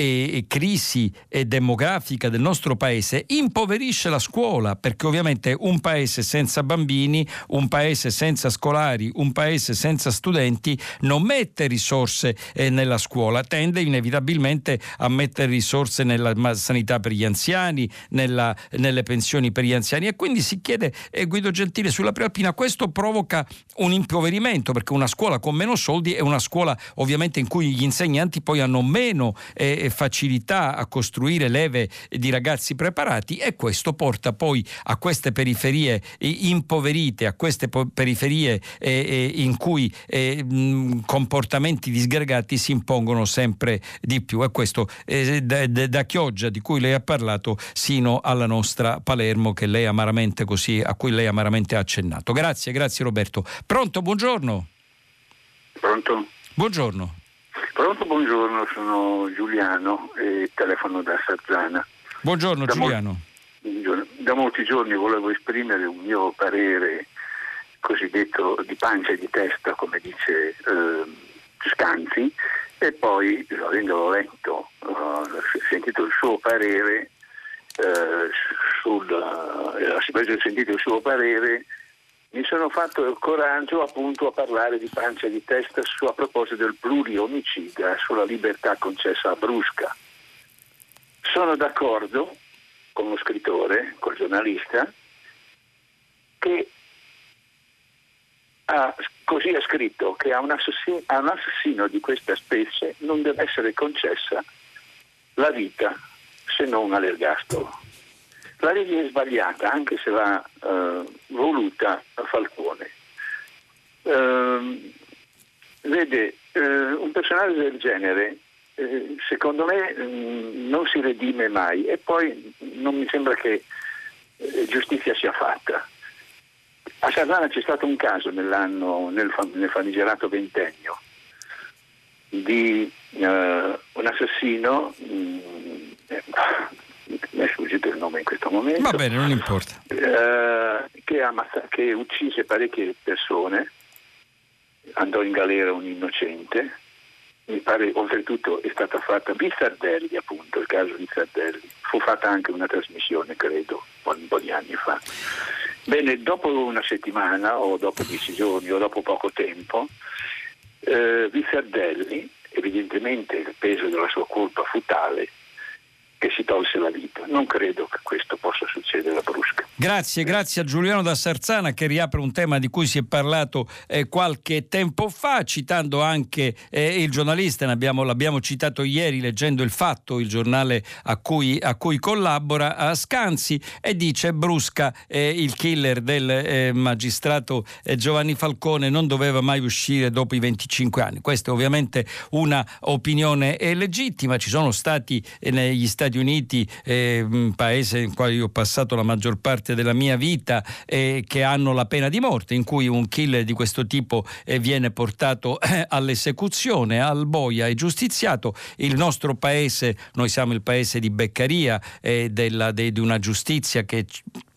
e crisi demografica del nostro paese impoverisce la scuola, perché ovviamente un paese senza bambini, un paese senza scolari, un paese senza studenti non mette risorse eh, nella scuola, tende inevitabilmente a mettere risorse nella sanità per gli anziani, nella, nelle pensioni per gli anziani, e quindi si chiede, eh, Guido Gentili, sulla Prealpina, questo provoca un impoverimento, perché una scuola con meno soldi è una scuola ovviamente in cui gli insegnanti poi hanno meno eh, facilità a costruire leve di ragazzi preparati, e questo porta poi a queste periferie impoverite, a queste po- periferie eh, in cui eh, mh, comportamenti disgregati si impongono sempre di più, e questo eh, da, da Chioggia, di cui lei ha parlato, sino alla nostra Palermo, che lei amaramente così, a cui lei amaramente ha accennato. Grazie, grazie Roberto. Pronto, buongiorno. Pronto? Buongiorno. Pronto, buongiorno, sono Giuliano e telefono da Sarzana. Buongiorno da Giuliano. Mo- da molti giorni volevo esprimere un mio parere cosiddetto di pancia e di testa, come dice eh, Scanzi, e poi, avendolo letto, uh, sentito il suo parere, eh, sul, uh, sentito il suo parere, mi sono fatto il coraggio appunto a parlare di pancia e di testa su, a proposito del pluriomicida, sulla libertà concessa a Brusca. Sono d'accordo con lo scrittore, col giornalista, che ha, così ha scritto che a un, assassino, a un assassino di questa specie non deve essere concessa la vita se non all'ergastolo. La legge è sbagliata, anche se l'ha eh, voluta a Falcone. Eh, vede, eh, un personaggio del genere, eh, secondo me, mh, non si redime mai, e poi non mi sembra che eh, giustizia sia fatta. A Sarzana c'è stato un caso nell'anno, nel, nel famigerato ventennio, di uh, un assassino, mh, eh, mi è sfuggito il nome in questo momento. Va bene, non importa. Uh, che, ammazza, che uccise parecchie persone, andò in galera un innocente, mi pare oltretutto è stata fatta Vizzardelli, appunto, il caso Vizzardelli. Fu fatta anche una trasmissione, credo, un po' di anni fa. Bene, dopo una settimana o dopo dieci giorni o dopo poco tempo, eh, Vizzardelli, evidentemente il peso della sua colpa fu tale che si tolse la vita. Non credo che questo possa succedere a Brusca. Grazie, grazie a Giuliano da Sarzana, che riapre un tema di cui si è parlato eh, qualche tempo fa, citando anche eh, il giornalista, ne abbiamo, l'abbiamo citato ieri leggendo Il Fatto, il giornale a cui, a cui collabora, a Scanzi, e dice: Brusca, eh, il killer del eh, magistrato eh, Giovanni Falcone non doveva mai uscire dopo i venticinque anni. Questa è ovviamente una opinione eh, legittima. Ci sono stati eh, negli Stati Uniti, eh, un paese in cui io ho passato la maggior parte della mia vita, eh, che hanno la pena di morte, in cui un killer di questo tipo eh, viene portato eh, all'esecuzione, al boia e giustiziato. Il nostro paese, noi siamo il paese di Beccaria, eh, della, de, di una giustizia che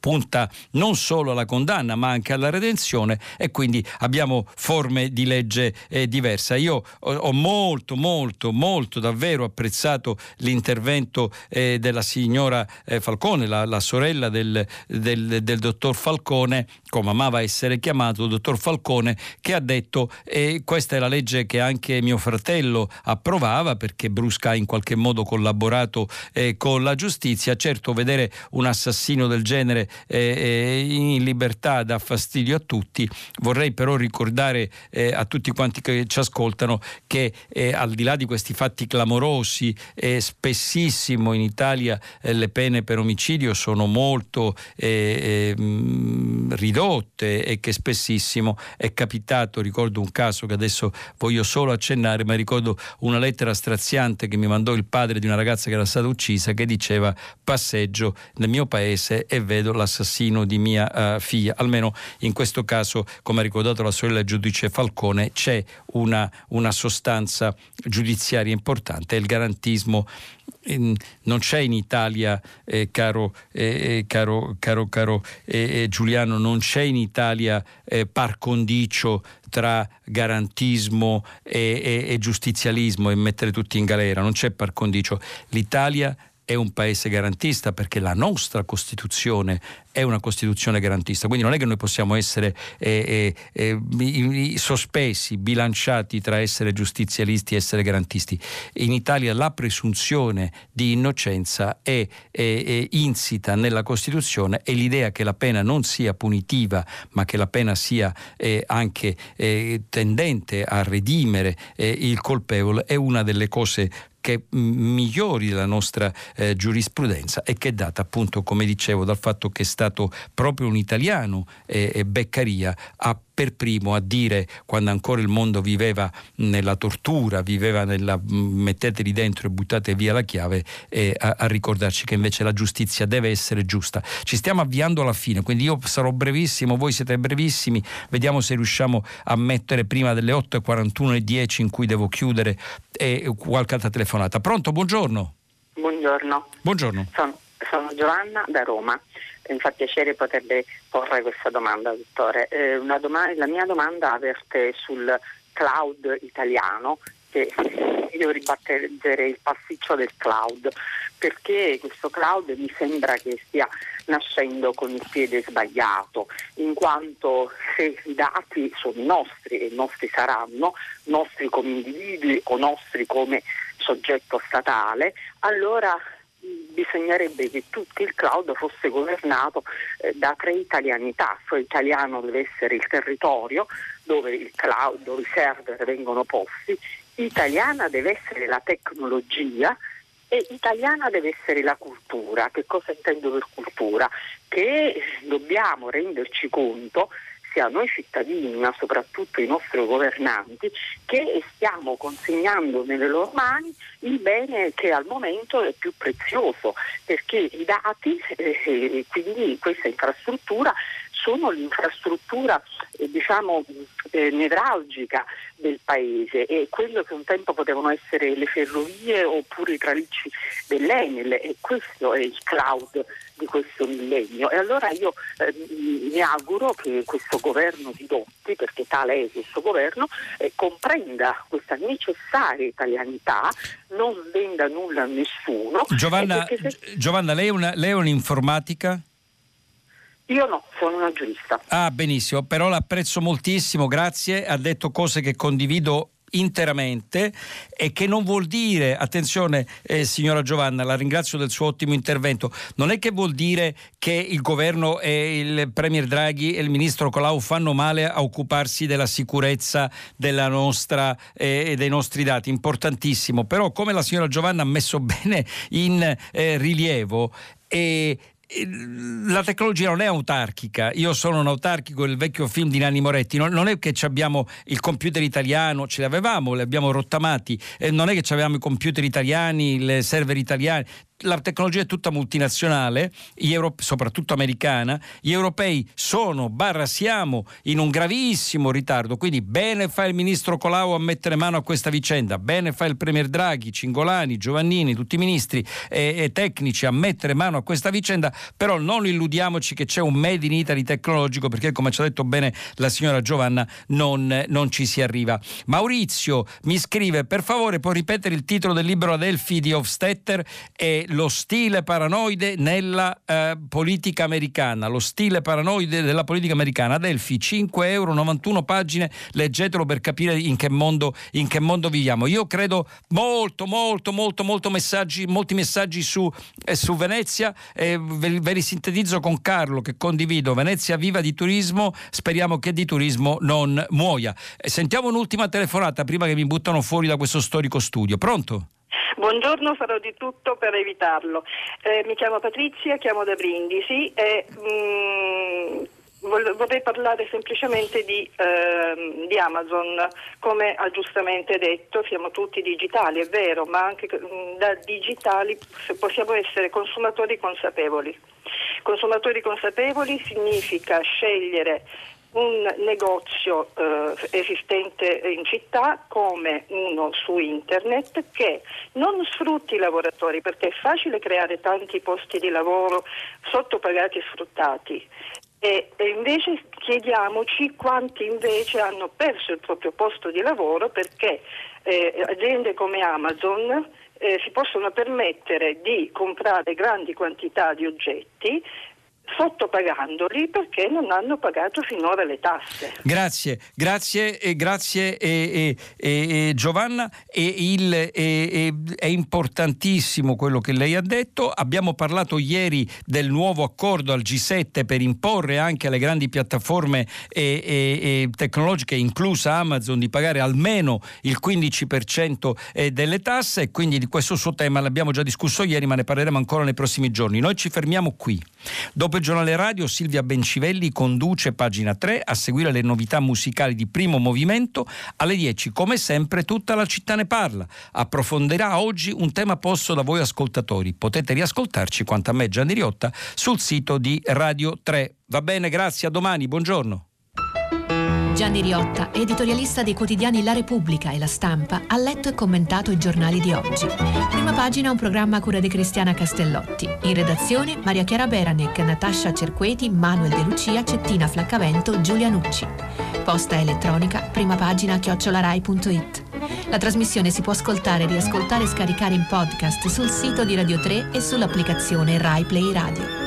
punta non solo alla condanna ma anche alla redenzione, e quindi abbiamo forme di legge eh, diverse. Io ho, ho molto molto molto davvero apprezzato l'intervento eh, della signora eh, Falcone, la, la sorella del, del, del dottor Falcone, come amava essere chiamato, il dottor Falcone, che ha detto eh, questa è la legge che anche mio fratello approvava, perché Brusca ha in qualche modo collaborato eh, con la giustizia. Certo, vedere un assassino del genere eh, in libertà dà fastidio a tutti. Vorrei però ricordare eh, a tutti quanti che ci ascoltano che eh, al di là di questi fatti clamorosi, eh, spessissimo in Italia eh, le pene per omicidio sono molto eh, eh, ridotte, e che spessissimo è capitato, ricordo un caso che adesso voglio solo accennare, ma ricordo una lettera straziante che mi mandò il padre di una ragazza che era stata uccisa, che diceva: passeggio nel mio paese e vedo l'assassino di mia uh, figlia. Almeno in questo caso, come ha ricordato la sorella giudice Falcone, c'è una, una sostanza giudiziaria importante. Il garantismo eh, non c'è in Italia, eh, caro, eh, caro, caro, caro eh, Giuliano, non c'è in Italia eh, par condicio tra garantismo e, e, e giustizialismo e mettere tutti in galera. Non c'è par condicio. L'Italia è un paese garantista perché la nostra Costituzione è una Costituzione garantista, quindi non è che noi possiamo essere eh, eh, eh, sospesi, bilanciati tra essere giustizialisti e essere garantisti. In Italia la presunzione di innocenza è, è, è insita nella Costituzione, e l'idea che la pena non sia punitiva ma che la pena sia eh, anche eh, tendente a redimere eh, il colpevole è una delle cose che migliori della nostra eh, giurisprudenza, e che è data appunto, come dicevo, dal fatto che è stato proprio un italiano, eh, Beccaria, a per primo a dire, quando ancora il mondo viveva nella tortura, viveva nella metteteli dentro e buttate via la chiave, eh, a, a ricordarci che invece la giustizia deve essere giusta. Ci stiamo avviando alla fine, quindi io sarò brevissimo, voi siete brevissimi, vediamo se riusciamo a mettere prima delle otto e quarantuno e dieci, in cui devo chiudere, eh, qualche altra telefonata. Pronto? Buongiorno. Buongiorno. Buongiorno. Sono, sono Giovanna da Roma. Mi fa piacere poterle porre questa domanda, dottore. Eh, una doma- la mia domanda verte sul cloud italiano, che io ribattezzerei il pasticcio del cloud, perché questo cloud mi sembra che stia nascendo con il piede sbagliato, in quanto se i dati sono nostri, e nostri saranno, nostri come individui o nostri come soggetto statale, allora bisognerebbe che tutto il cloud fosse governato eh, da tre italianità. Cioè, italiano deve essere il territorio dove il cloud, dove i server vengono posti, italiana deve essere la tecnologia e italiana deve essere la cultura. Che cosa intendo per cultura? Che dobbiamo renderci conto, sia noi cittadini ma soprattutto i nostri governanti, che stiamo consegnando nelle loro mani il bene che al momento è più prezioso, perché i dati e eh, quindi questa infrastruttura sono l'infrastruttura eh, diciamo eh, nevralgica del paese, e quello che un tempo potevano essere le ferrovie oppure i tralicci dell'Enel, e questo è il cloud di questo millennio. E allora io eh, mi auguro che questo governo di Dotti, perché tale è questo governo, eh, comprenda questa necessaria italianità, non venda nulla a nessuno. Giovanna, se... Giovanna lei, è una, lei è un'informatica? Io no, sono una giurista. Ah, benissimo, però l'apprezzo moltissimo, grazie, ha detto cose che condivido interamente, e che non vuol dire, attenzione eh, signora Giovanna, la ringrazio del suo ottimo intervento, non è che vuol dire che il governo e il premier Draghi e il ministro Colau fanno male a occuparsi della sicurezza della nostra e eh, dei nostri dati, importantissimo, però come la signora Giovanna ha messo bene in eh, rilievo, e la tecnologia non è autarchica. Io sono un autarchico, il vecchio film di Nanni Moretti, non, non è che abbiamo il computer italiano, ce l'avevamo, li abbiamo rottamati, e non è che avevamo i computer italiani, i server italiani. la tecnologia è tutta multinazionale, gli euro, soprattutto americana, gli europei sono, barra siamo, in un gravissimo ritardo, quindi bene fa il ministro Colau a mettere mano a questa vicenda, bene fa il premier Draghi, Cingolani, Giovannini, tutti i ministri e, e tecnici a mettere mano a questa vicenda, però non illudiamoci che c'è un made in Italy tecnologico, perché come ci ha detto bene la signora Giovanna non, non ci si arriva. Maurizio mi scrive: per favore può ripetere il titolo del libro Adelphi di Hofstetter? È Lo stile paranoide nella eh, politica americana, lo stile paranoide della politica americana. Adelphi, cinque euro, novantuno pagine, leggetelo per capire in che mondo, in che mondo viviamo. Io credo molto molto molto molto messaggi, molti messaggi su, eh, su Venezia, eh, ve, ve li sintetizzo con Carlo, che condivido: Venezia viva di turismo, speriamo che di turismo non muoia. Eh, sentiamo un'ultima telefonata prima che mi buttano fuori da questo storico studio. Pronto? Buongiorno, farò di tutto per evitarlo. Eh, mi chiamo Patrizia, chiamo da Brindisi e mm, vorrei parlare semplicemente di, eh, di Amazon. Come ha giustamente detto, siamo tutti digitali, è vero, ma anche mh, da digitali possiamo essere consumatori consapevoli. Consumatori consapevoli significa scegliere un negozio eh, esistente in città come uno su internet che non sfrutti i lavoratori, perché è facile creare tanti posti di lavoro sottopagati e sfruttati. E, e invece chiediamoci quanti invece hanno perso il proprio posto di lavoro perché eh, aziende come Amazon eh, si possono permettere di comprare grandi quantità di oggetti sottopagandoli perché non hanno pagato finora le tasse. Grazie, grazie, eh, grazie eh, eh, eh, Giovanna. E il, eh, eh, è importantissimo quello che lei ha detto. Abbiamo parlato ieri del nuovo accordo al G sette per imporre anche alle grandi piattaforme eh, eh, tecnologiche, inclusa Amazon, di pagare almeno il quindici per cento delle tasse, e quindi di questo suo tema l'abbiamo già discusso ieri, ma ne parleremo ancora nei prossimi giorni. Noi ci fermiamo qui. Dopo il giornale radio, Silvia Bencivelli conduce Pagina tre, a seguire le novità musicali di Primo Movimento. Alle dieci, come sempre, Tutta la città ne parla. Approfondirà oggi un tema posto da voi ascoltatori. Potete riascoltarci, quanto a me Gianni Riotta, sul sito di Radio tre. Va bene, grazie, a domani, buongiorno. Gianni Riotta, editorialista dei quotidiani La Repubblica e La Stampa, ha letto e commentato i giornali di oggi. Prima Pagina è un programma a cura di Cristiana Castellotti. In redazione Maria Chiara Beranec, Natascia Cerqueti, Manuel De Lucia, Cettina Flaccavento, Giulia Nucci. Posta elettronica primapagina chiocciola rai punto it. La trasmissione si può ascoltare, riascoltare e scaricare in podcast sul sito di Radio tre e sull'applicazione Rai Play Radio.